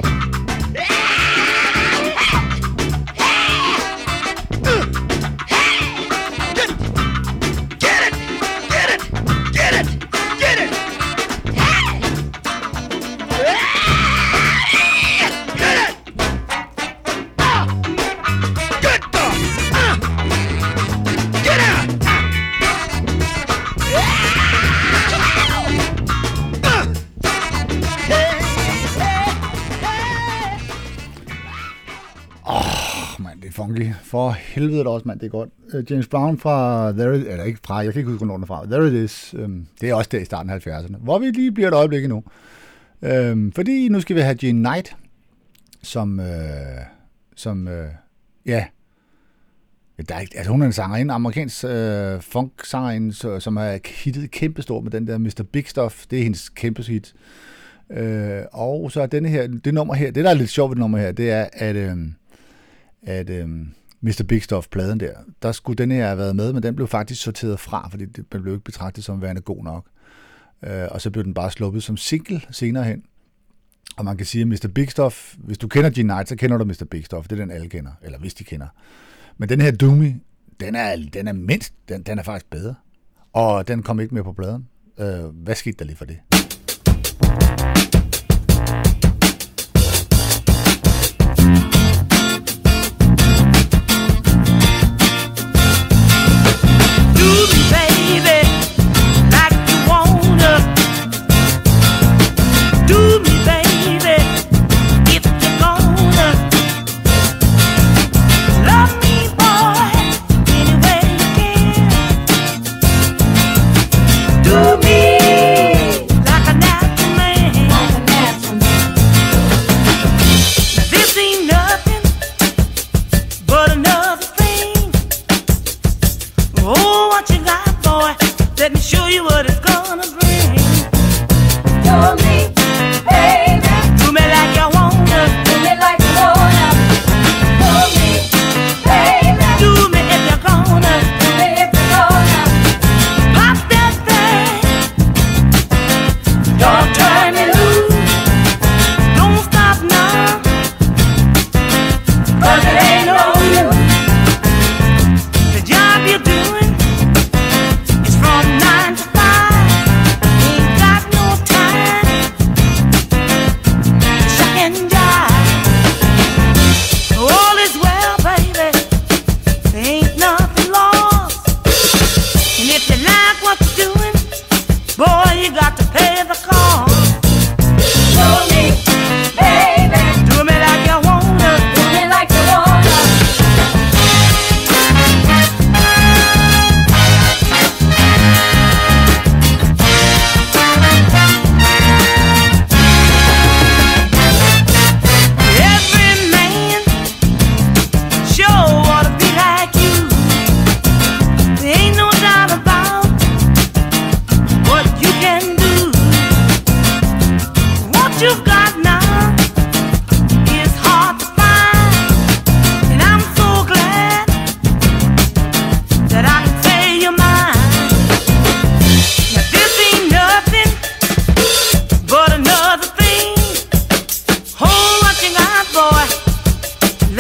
Get it! Get it! Get it! Get it! Hey! Get it! Ah! Good dog! Ah! Get out! Mand, det er funky. For helvede da også, mand, det er godt. Uh, James Brown fra There It, eller ikke fra, jeg kan ikke huske, hvornår den er fra. There It Is. Um, det er også der i starten af halvfjerdserne, hvor vi lige bliver et øjeblik endnu. Um, fordi nu skal vi have Jean Knight, som, uh, som, uh, ja, der er ikke, altså hun er en sangerinde, amerikansk uh, funk-sangerinde, som har hittet kæmpestort med den der mister Big Stuff. Det er hendes kæmpe hit. Uh, og så er denne her, det nummer her, det der er lidt sjovt ved det nummer her, det er, at um, at øhm, mister Big Stuff-pladen der, der skulle den her have været med, men den blev faktisk sorteret fra, fordi den blev ikke betragtet som værende god nok. Øh, og så blev den bare sluppet som single senere hen. Og man kan sige, at mister Big Stuff, hvis du kender Jean Knight, så kender du mister Big Stuff. Det er den, alle kender, eller hvis de kender. Men den her Doomy, den er, den er mindst, den, den er faktisk bedre. Og den kom ikke med på pladen. Øh, hvad skete der lige for det? Do me like a natural man.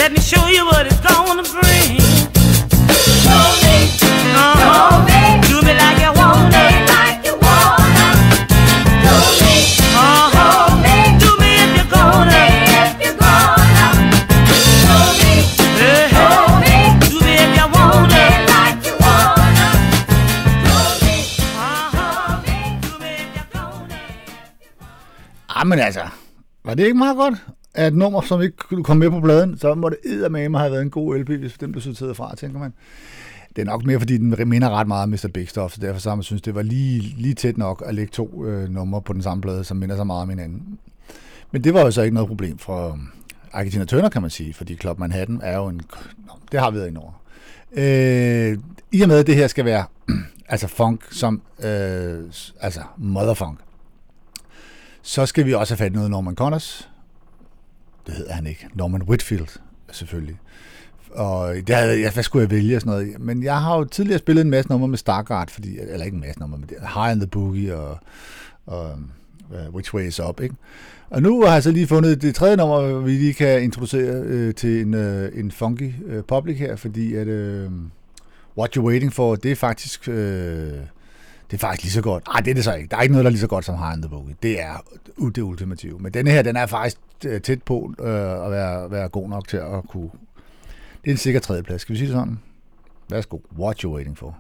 Let me show you what it's gonna bring. Show me, uh-huh. Show me. Do me like you want it, like you wanna. Show me, uh-huh. Show me. Do me if you're gonna, if you're gonna. Show me, hey, show me. Do me if you want it, like you wanna. Show me, uh-huh. Do me if you're gonna. Ah, men altså, var det ikke meget godt? At et nummer, som ikke kunne komme med på pladen, så må det eddermame have været en god L P, hvis den blev sorteret fra, tænker man. Det er nok mere, fordi den minder ret meget om mister Big Stuff, så derfor så man synes, det var lige, lige tæt nok at lægge to øh, numre på den samme plade, som minder så meget om hinanden. Men det var jo så ikke noget problem for Ike Turner, kan man sige, fordi Club Manhattan er jo en... Nå, det har vi været indover. Øh, I og med, at det her skal være altså funk som... Øh, altså motherfunk, så skal vi også have fat i noget Norman Connors. Det hedder han ikke. Norman Whitfield, selvfølgelig. Og det havde, ja, hvad skulle jeg vælge og sådan noget. Men jeg har jo tidligere spillet en masse numre med Stargard, fordi, eller ikke en masse numre, men High and the Boogie og, og uh, Which Way Is Up, ikke? Og nu har jeg så lige fundet det tredje nummer, vi lige kan introducere øh, til en, øh, en funky øh, public her, fordi at øh, What You're Waiting For, det er faktisk... Øh, Det er faktisk lige så godt. Nej, det er det så ikke. Der er ikke noget, der er lige så godt som High and the Boogie. Det er det ultimative. Men denne her, den er faktisk tæt på øh, at være, være god nok til at kunne... Det er en sikker tredjeplads. Skal vi sige det sådan? Værsgo. What You're Waiting For.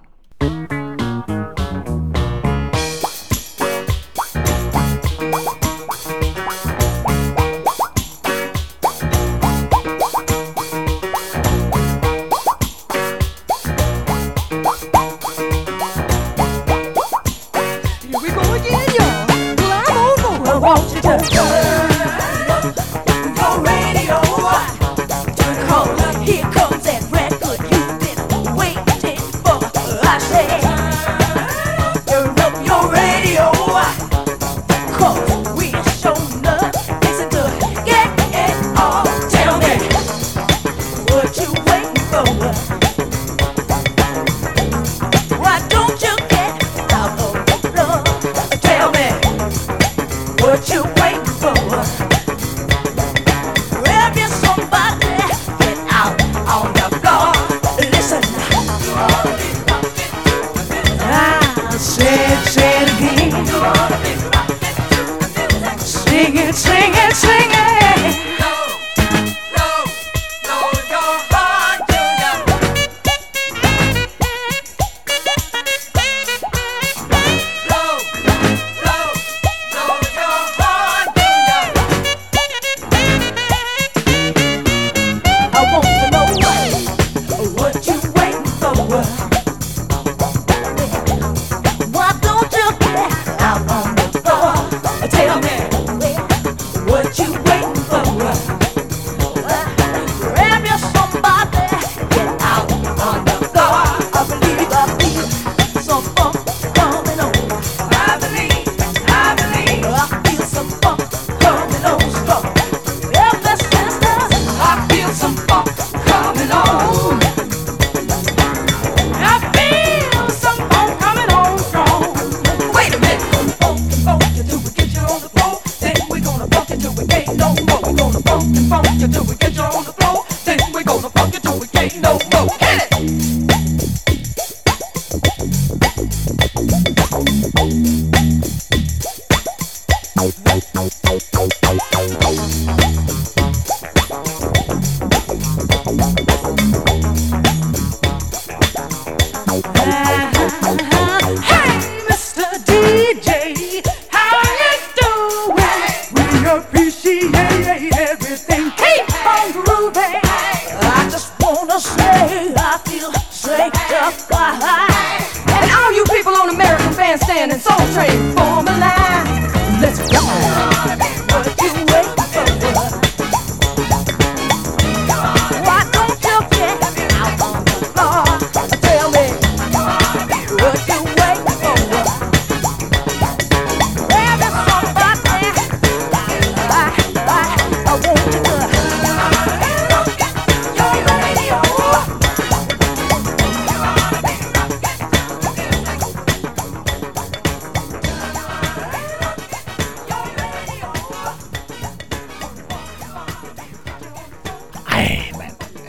Why don't you get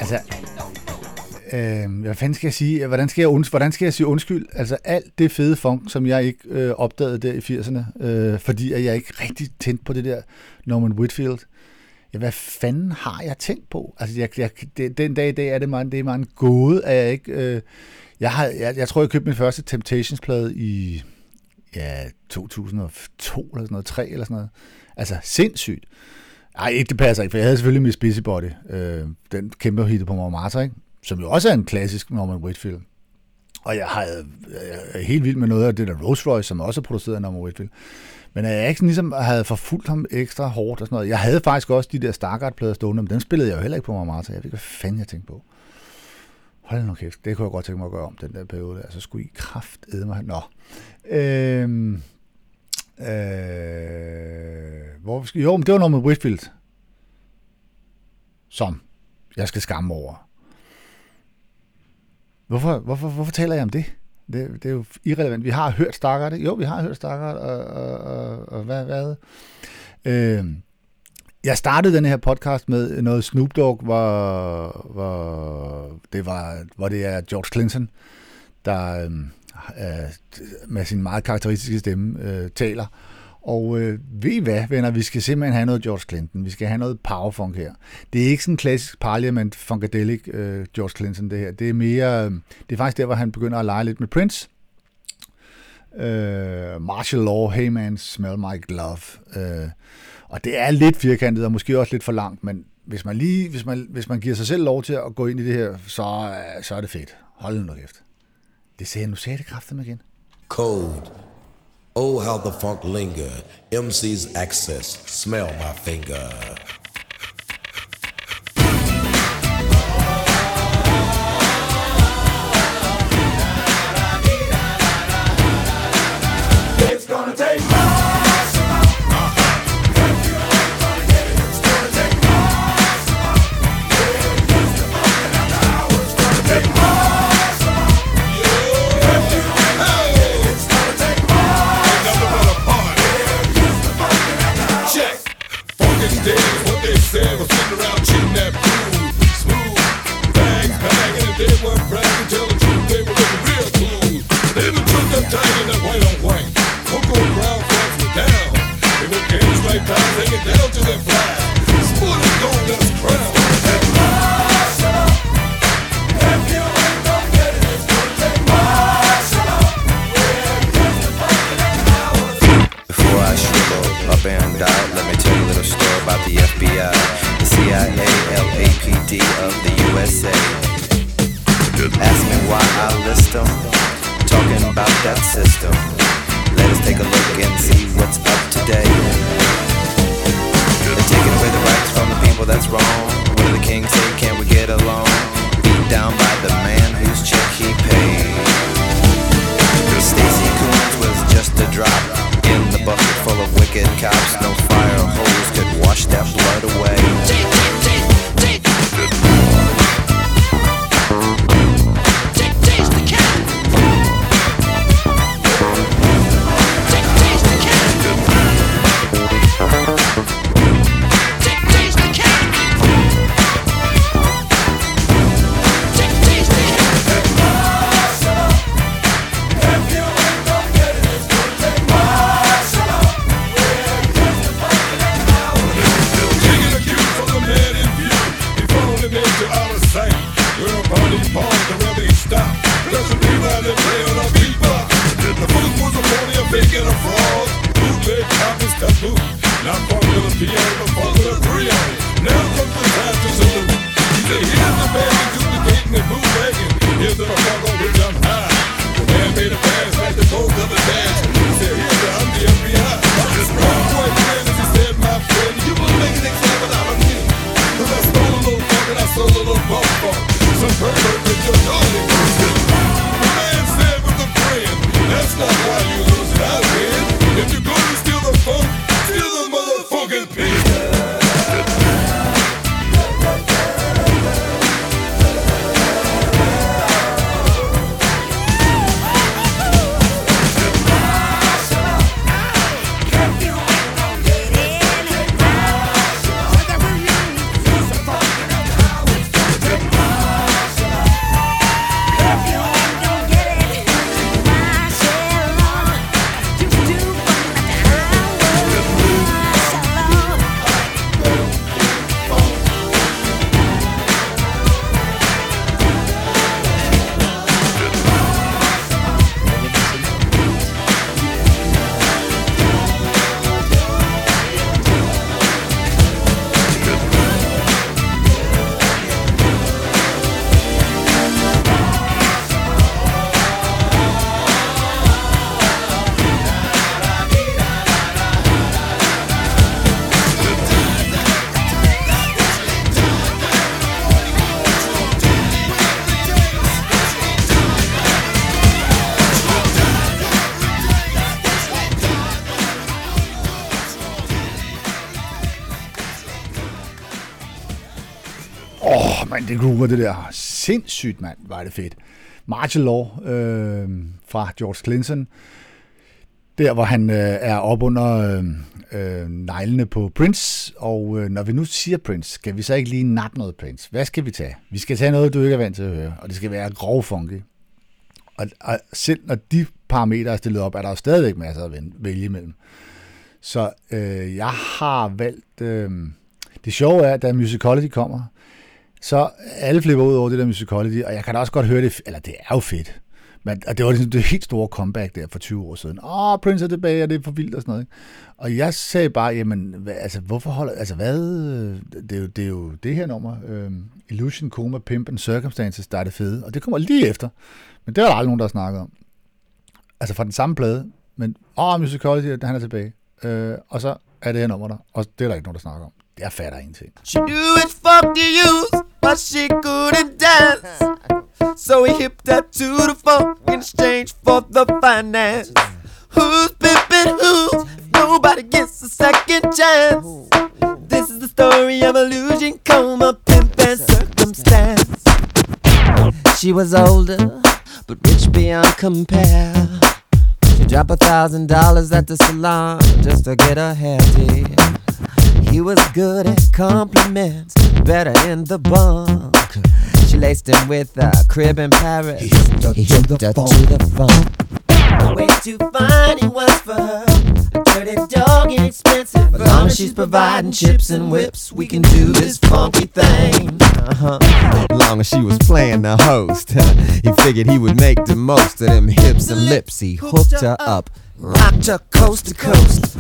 Altså, øh, hvad fanden skal jeg sige? Hvordan skal jeg, unds- hvordan skal jeg sige undskyld? Altså, alt det fede funk, som jeg ikke øh, opdagede der i firserne, øh, fordi at jeg ikke rigtig tændte på det der Norman Whitfield. Ja, hvad fanden har jeg tænkt på? Altså, jeg, jeg, det, den dag i dag er det meget, det er meget en gåde, at jeg ikke... Øh, jeg, har, jeg, jeg tror, jeg købte min første Temptations-plade i ja, to tusind og to eller sådan noget, tre eller sådan noget. Altså, sindssygt. Ej, ikke det passer ikke, for jeg havde selvfølgelig Miss Busybody. Øh, den kæmpe hitte på Montmartre, ikke? Som jo også er en klassisk Norman Whitfield. Og jeg havde jeg er helt vild med noget af det der Rolls Royce, som også er produceret af Norman Whitfield. Men jeg ikke ligesom havde forfulgt ham ekstra hårdt og sådan noget. Jeg havde faktisk også de der Stargard-plader stående, men dem spillede jeg jo heller ikke på Montmartre. Jeg ved ikke, hvad fanden jeg tænkte på. Hold nu kæft, det kunne jeg godt tænke mig at gøre om, den der periode. Altså, skulle I kraftedme mig. Nå. Øhm, øh, hvor skal, jo, men det var Norman Whitfield, som jeg skal skamme over. Hvorfor, hvorfor, hvorfor taler jeg om det? det? Det er jo irrelevant. Vi har hørt Stargard, ikke? Jo, vi har hørt Stargard, og, og, og, og hvad? hvad? Øh, jeg startede den her podcast med noget Snoop Dogg, hvor, hvor, det, var, hvor det er George Clinton, der øh, med sin meget karakteristiske stemme øh, taler. Og øh, ved I hvad, venner, vi skal simpelthen have noget George Clinton. Vi skal have noget powerfunk her. Det er ikke sådan en klassisk Parliament Funkadelic øh, George Clinton, det her. Det er mere, øh, det er faktisk der, hvor han begynder at lege lidt med Prince. Øh, Martial Law, Hey Man, Smell My Glove. Øh, og det er lidt firkantet, og måske også lidt for langt, men hvis man lige, hvis man, hvis man giver sig selv lov til at gå ind i det her, så, så er det fedt. Hold nu kæft. Det sagde, nu sagde det kraftigt igen. Code. Oh, how the funk linger. M C's access. Smell my finger. It's gonna take more. If you ain't gonna get it, it's gonna take more. It's the fucking after hours. It's gonna take more. If you ain't gonna get it, it's gonna take more. Ain't nothing but a party. It's the fucking after hours. Check. Funk is dead is what they said. Was sitting around cheating that food. Smooth. Bags bagging and they weren't bragging. Tell the truth, they were looking real cool. They the truth, I'm tagging that white on white. Cocoa brown flags were down. They were games like pounds hanging down to their flag. Sporting gold, that's crown. And Marshall, if you ain't gonna get it, it's gonna take Marshall. We're just a fucking hours. Before I shrivel up and out, let me tell you a little story about the F B I, the C I A, L A P D of the U S A. Ask me why I list them, talking about that system. Let us take a look and see what's up today. They're taking away the rights from the people, that's wrong. What do the kings say, can we get along? Beat down by the man whose check he paid. Stacey Coons was just a drop in the bucket full of wicked cops. No fire hose could wash that blood away. Take Åh, oh, mand, det groover det der. Sindssygt, mand, var det fedt. Martial Law øh, fra George Clinton. Der, hvor han øh, er op under øh, øh, neglene på Prince. Og øh, når vi nu siger Prince, skal vi så ikke lige nappe noget Prince? Hvad skal vi tage? Vi skal tage noget, du ikke er vant til at høre. Og det skal være grov funky. Og, og selv når de parametre er stillet op, er der jo stadigvæk masser at vælge imellem. Så øh, jeg har valgt... Øh, det sjove er, at da Musicology kommer, så alle flipper ud over det der Musicology, og jeg kan da også godt høre det, eller det er jo fedt. Men, og det var ligesom det helt store comeback der for tyve år siden. Åh, oh, Prince er tilbage, og det er for vildt og sådan noget. Ikke? Og jeg sagde bare, jamen, hvad, altså, hvorfor holder... Altså, hvad... Det er jo det, er jo det her nummer, øh, Illusion, Coma, Pimp and Circumstances, der er det fede. Og det kommer lige efter. Men det var der aldrig nogen, der har snakket om. Altså fra den samme plade, men åh, oh, Musicology, han er tilbage. Øh, og så er det her nummer der, og det er der ikke nogen, der snakker om. Jeg fatter ingenting. She knew it fuck the use, but she couldn't dance. So he hipped her to the funk in exchange for the finance. Who's pimping who? Nobody gets a second chance. This is the story of illusion, coma, pimp and circumstance. She was older, but rich beyond compare. She dropped a thousand dollars at the salon just to get her hair did. He was good at compliments, better in the bunk. She laced him with a crib in Paris. He hipped her, he hipped her to, the to the funk. Way too fine he was for her. A dirty dog, inexpensive. As long as she's providing chips and whips, we can do this funky thing. Uh-huh. As long as she was playing the host, he figured he would make the most of them hips and lips. He hooked her up, rocked her coast to coast.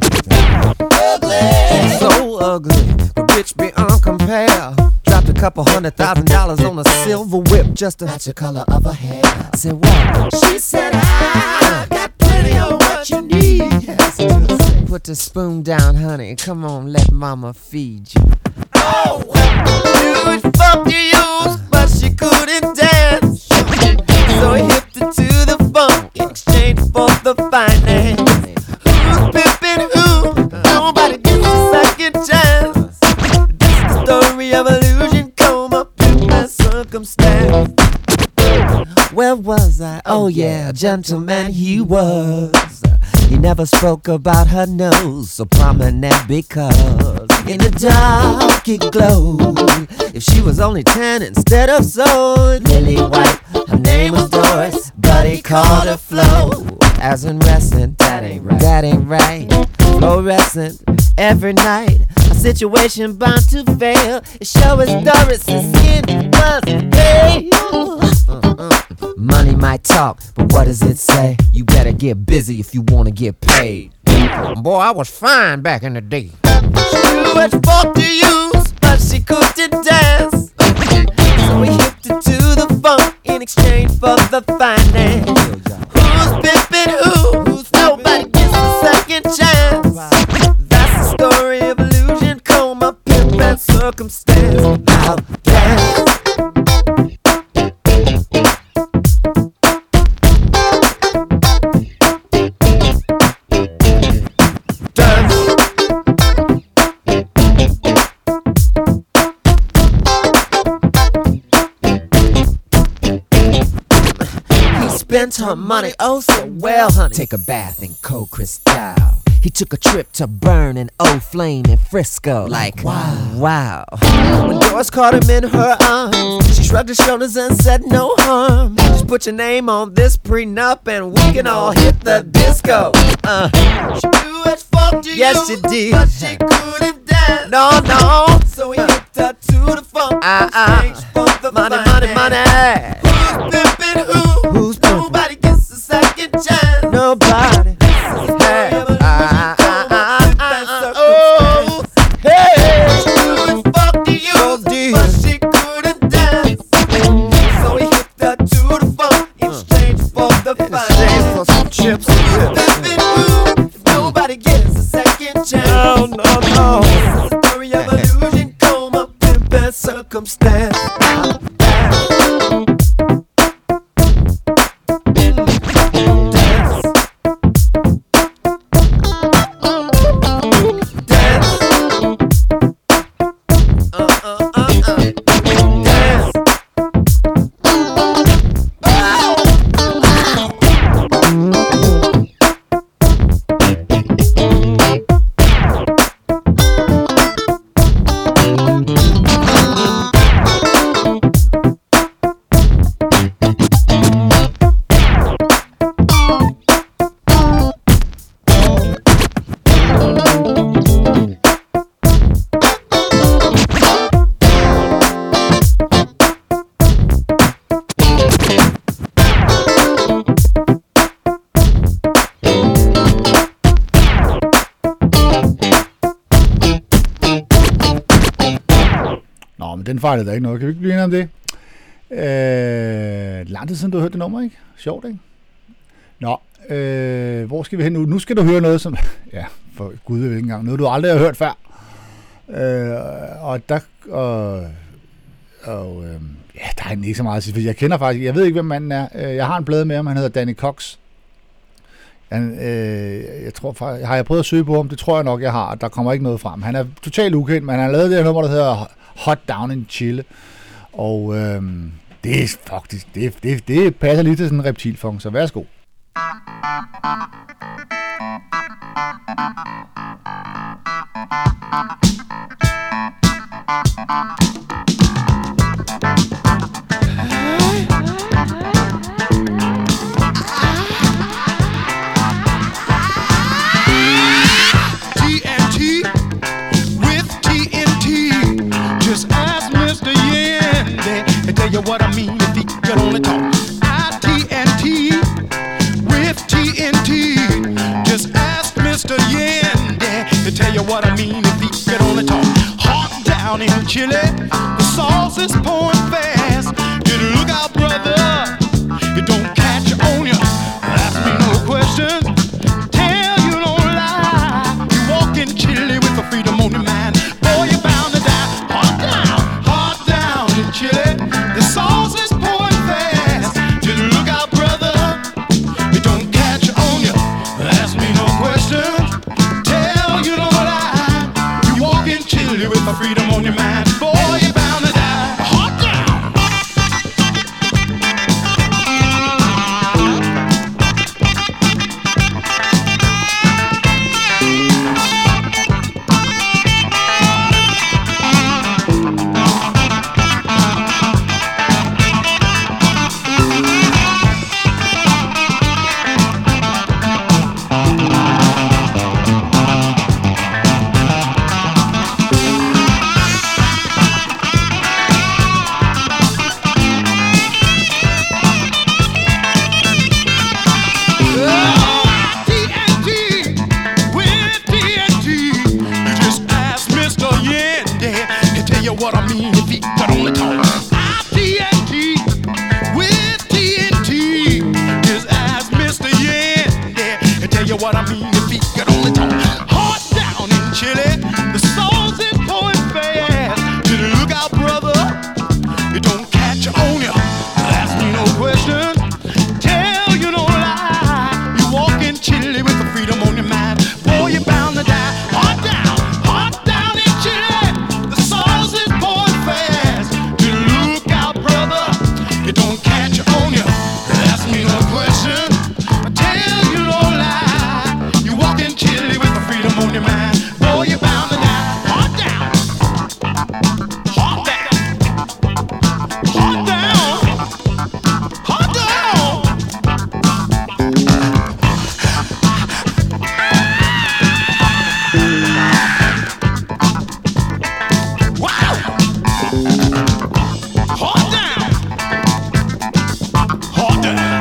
Ugly, so ugly, but rich beyond compare. Dropped a couple hundred thousand dollars on a silver whip just to match the color of her hair. I said, what? She said, I got plenty of what you need. Put the spoon down, honey. Come on, let mama feed you. Oh, you would fuck you use, but she couldn't dance. So he hipped her to the funk in exchange for the finance. Who's pimping who? Nobody gets a second chance. This is the story of illusion, coma, pimp and circumstance. Where was I? Oh yeah, gentleman he was. He never spoke about her nose, so prominent because in the dark it glowed. If she was only tan instead of so lily white, her name was Doris, but he called her Flo. As in wrestling, that ain't right. That ain't right. Fluorescent every night. A situation bound to fail. It show as Doris' skin was pale. Money might talk, but what does it say? You better get busy if you wanna get paid. Boy, I was fine back in the day. She knew what fuck to use, but she couldn't dance. So he hipped her to the funk in exchange for the finance. Who's pimping who? Who's nobody gets a second chance. That's the story of illusion, coma, pimp and circumstance. Now dance. Spent her money oh so well, honey. Take a bath in cold Cristal. He took a trip to burn an old flame in Frisco. Like, wow, wow. When Doris caught him in her arms, she shrugged her shoulders and said no harm. Just put your name on this prenup and we can all hit the disco. Uh. She knew as fuck to yes, you, she did. But she couldn't dance. No, no. So he hipped her to the funk. Uh, uh. Money, money, money. Who's pimping who? Who's pimping? Nobody gets a second chance. Nobody. Hey. Uh, uh, uh, uh, uh, oh, hey. She knew it fuck to you, but she couldn't dance. So he hipped her to the funk in exchange for the finance. For some chips and whips. Nobody gets a second chance. No, no, no. This is the story of illusion, coma, pimp and circumstance. Nå, men den fejlede der ikke noget. Kan vi ikke blive enige om det? Øh, lang tid siden, du har hørt det nummer, ikke? Sjovt, ikke? Nå, øh, hvor skal vi hen nu? Nu skal du høre noget, som... Ja, for gud ved ikke engang. Noget, du aldrig har hørt før. Øh, og der... Og, og øh, ja, der er ikke så meget at sige, for jeg kender faktisk... Jeg ved ikke, hvem manden er. Jeg har en plade med ham, han hedder Danny Cox. Han, øh, jeg tror faktisk... Har jeg prøvet at søge på ham? Det tror jeg nok, jeg har. Der kommer ikke noget frem. Han er totalt ukendt, men han har lavet det her nummer, der hedder Hot Down in Chile. Og øh, det er faktisk... Det, det, det passer lige til sådan en reptilfunk, så værsgo. What I mean if he could only talk. I T N T with T N T. Just ask Mister Yen to tell you what I mean if he could only talk. Hot down in Chile, the sauce is pouring fast. You look out, brother, it don't catch on you. Ask me no questions, tell you no lie. You walk in Chile with the freedom on your mind. Boy, you're bound to die. Hot down, hot down in Chile. The sauce is pouring fast. Just look out, brother. It don't catch on you. Ask me no questions. Tell you no lie. You walk in Chile with the freedom on your mind. Boy, you're bound to die. Hot down. What I mean if he could only talk. I T N T with T N T. Just ask Mister Yen, yeah, and tell you what I mean if he could only talk. Hot down in Chile, the sauce is pouring fast. Just look out, brother, it don't catch on you. Ask me no question, tell you no lie. You walk in Chile with the freedom on your mind. Boy, you're bound to die. Hot down, hot down in Chile. The sauce is pouring fast. You look out, brother, it don't catch on you. Ask me no question, tell you no lie. You walk in Chile with the freedom on your mind. Boy, you're bound to die. Hot down, hot down, hot down, hot down. Wow! Hot down! Hot down!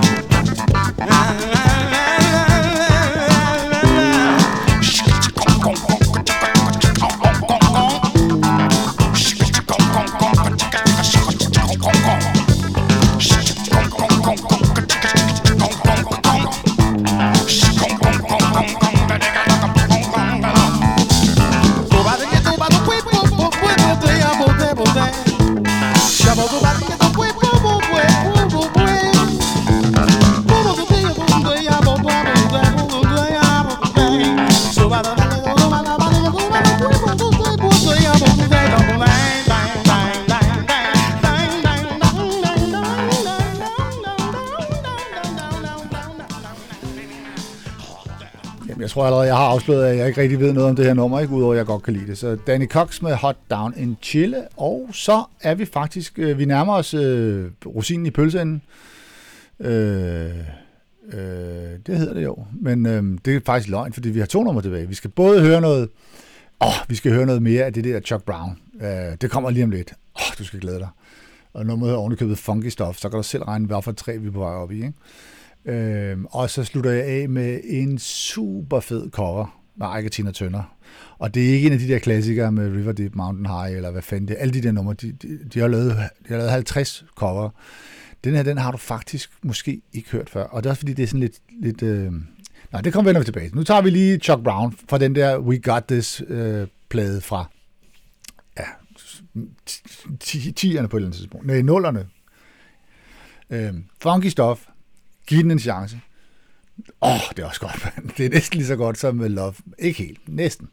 Jeg tror allerede, jeg har afsløret, at jeg ikke rigtig ved noget om det her nummer, ikke udover at jeg godt kan lide det. Så Danny Cox med Hot Down in Chile, og så er vi faktisk, øh, vi nærmer os øh, rosinen i pølseenden. Øh, øh, det hedder det jo, men øh, det er faktisk løgn, fordi vi har to numre tilbage. Vi skal både høre noget, åh, vi skal høre noget mere af det der Chuck Brown. Øh, det kommer lige om lidt. Åh, du skal glæde dig. Og nummeret hedder ovenikøbet Funky Stuff, så kan du selv regne, hvad for et træ vi er på vej op i, ikke? Øhm, og så slutter jeg af med en super fed cover med Ike og Tina Turner. Og det er ikke en af de der klassikere med River Deep Mountain High, eller hvad fanden det er. Alle de der numre, de, de, de, har, lavet, de har lavet halvtreds cover. Den her, den har du faktisk måske ikke hørt før. Og det er også fordi, det er sådan lidt... lidt øh... Nej, det kommer vi nok tilbage. Nu tager vi lige Chuck Brown fra den der We Got This øh, plade fra ja, tierne på et eller andet tidspunkt. Nej, nullerne. Øh, funky stuff. Giv den en chance. Åh, oh, det er også godt, man. Det er næsten lige så godt som med Love. Ikke helt. Næsten.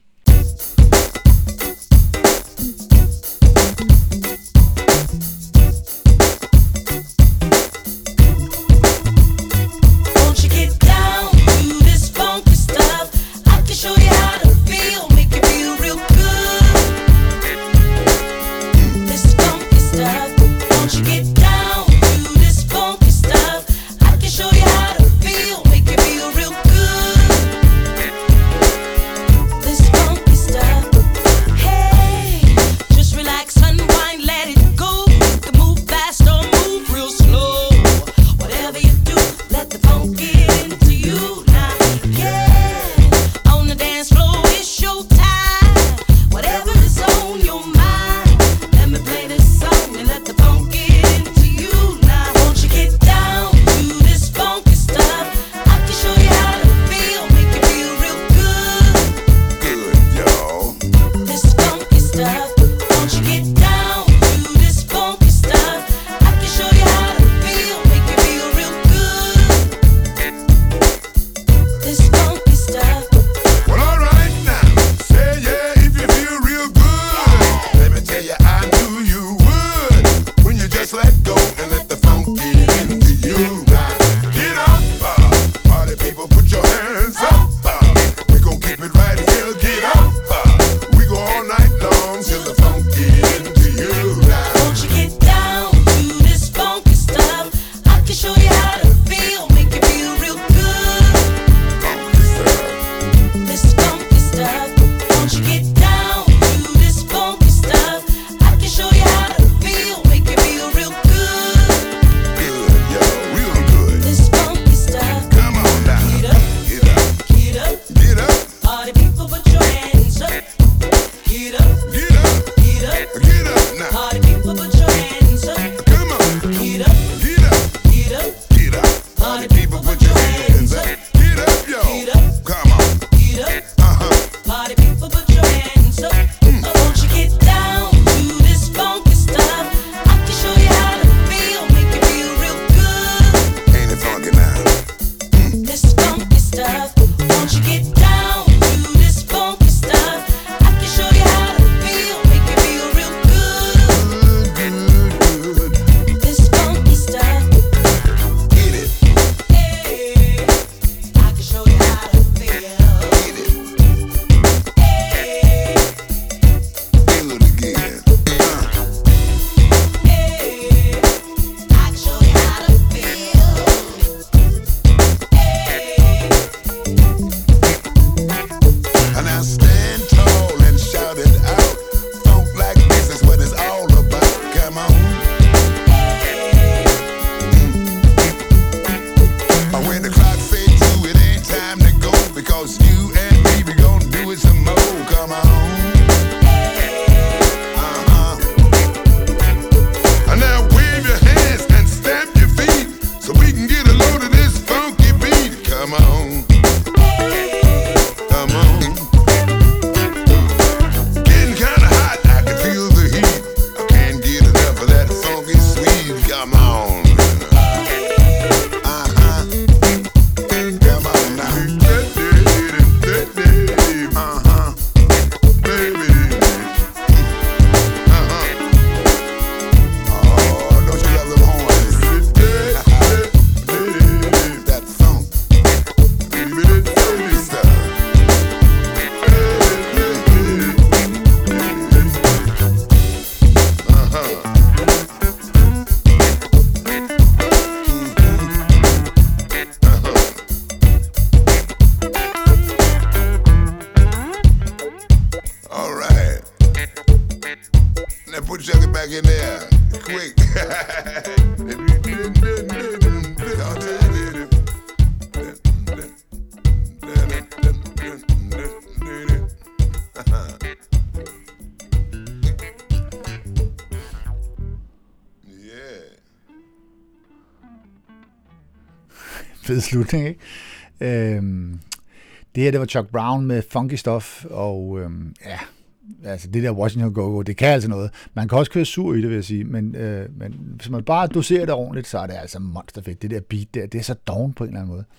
fed slutning, ikke? Øhm, det her, det var Chuck Brown med Funky Stuff, og øhm, ja, altså det der Washington Go-Go, det kan altså noget. Man kan også køre sur i det, vil jeg sige, men, øh, men hvis man bare doserer det ordentligt, så er det altså monsterfedt. Det der beat der, det er så doven på en eller anden måde.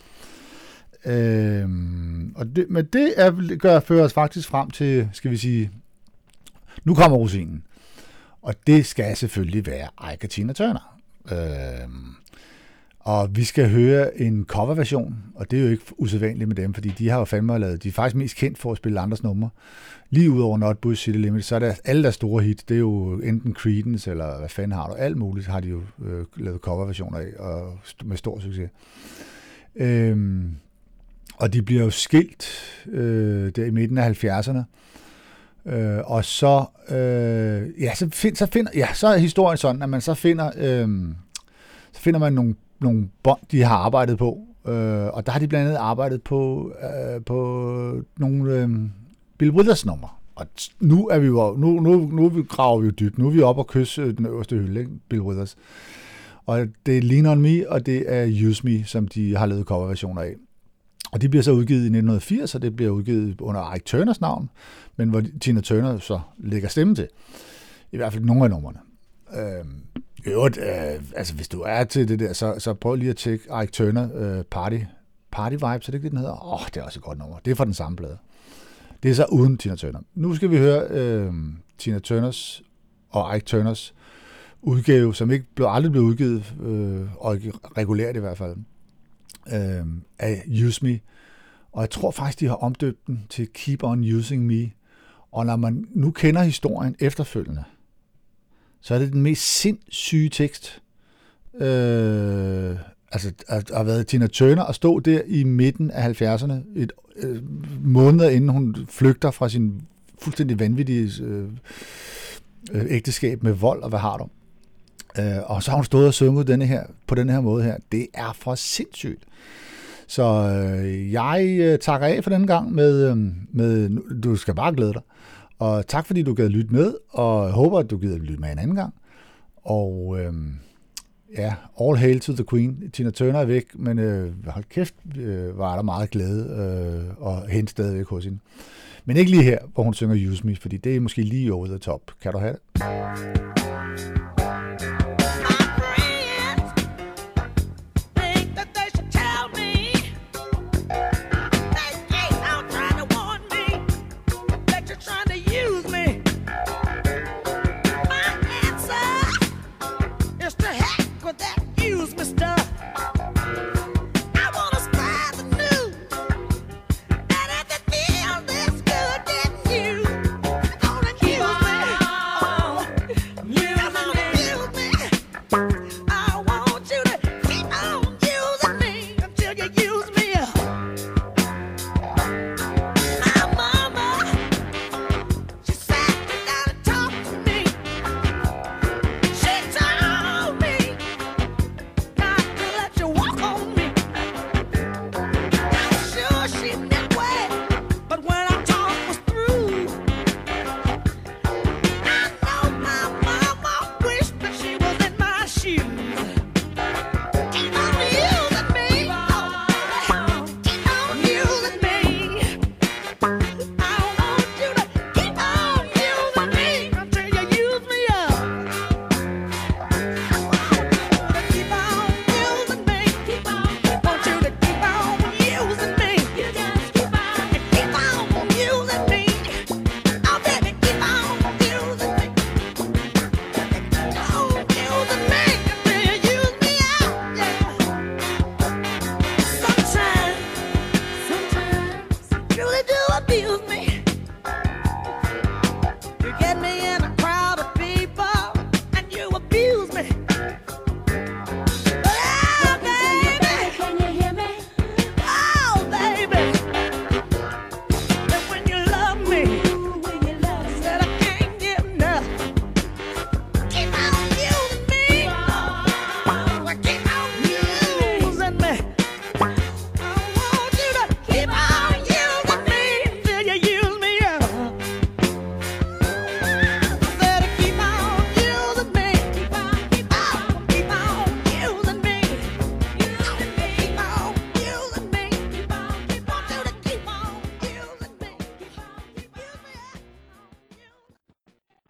Øhm, og det, men det er, gør, fører os faktisk frem til, skal vi sige, nu kommer rosinen. Og det skal selvfølgelig være Ike og Tina Turner. Øhm, og vi skal høre en coverversion, og det er jo ikke usædvanligt med dem, fordi de har jo fandme lavet, de er faktisk mest kendt for at spille andres numre. Lige udover Nutbush City Limit, så er der alle deres store hit, det er jo enten Creedence, eller hvad fanden har du, alt muligt har de jo øh, lavet coverversioner af, og med stor succes. Øhm, og de bliver jo skilt øh, der i midten af halvfjerdserne, øh, og så, øh, ja, så, find, så, finder, ja, så er historien sådan, at man så finder, øh, så finder man nogle, nogle bånd, de har arbejdet på, øh, og der har de blandt andet arbejdet på, øh, på nogle øh, Bill Withers numre. Og nu er vi jo, nu, nu, nu er vi graver vi jo dybt, nu er vi oppe og kysse den øverste hylde, ikke? Bill Withers. Og det er Lean On Me, og det er Use Me, som de har lavet coverversioner af. Og de bliver så udgivet i nitten firs, og det bliver udgivet under Ike Turners navn, men hvor Tina Turner så lægger stemme til. I hvert fald nogle af numrene. Øh, øvrigt, øh, altså hvis du er til det der, så, så prøv lige at tjekke Ike Turner øh, Party, Party Vibes, er det ikke det, den hedder? Åh, oh, det er også et godt nummer. Det er fra den samme plade. Det er så uden Tina Turner. Nu skal vi høre øh, Tina Turners og Ike Turners udgave, som ikke blev, aldrig blev udgivet, øh, og regulært i hvert fald, øh, af Use Me. Og jeg tror faktisk, de har omdøbt den til Keep On Using Me. Og når man nu kender historien efterfølgende, så er det den mest sindssyge tekst. Øh, altså, at have været Tina Turner og stå der i midten af halvfjerdserne, et øh, måneder inden hun flygter fra sin fuldstændig vanvittige øh, øh, ægteskab med vold, og hvad har du? Øh, og så har hun stået og sunget denne her, på den her måde her. Det er for sindssygt. Så øh, jeg øh, takker af for denne gang med, øh, med, du skal bare glæde dig. Og tak fordi du gad lytte med, og jeg håber, at du gider lytte med en anden gang. Og øh, ja, all hail to the queen. Tina Turner er væk, men øh, hold kæft, øh, var der meget glæde, øh, og hende stadigvæk hos hende. Men ikke lige her, hvor hun synger Use Me, fordi det er måske lige over the top. Kan du have det?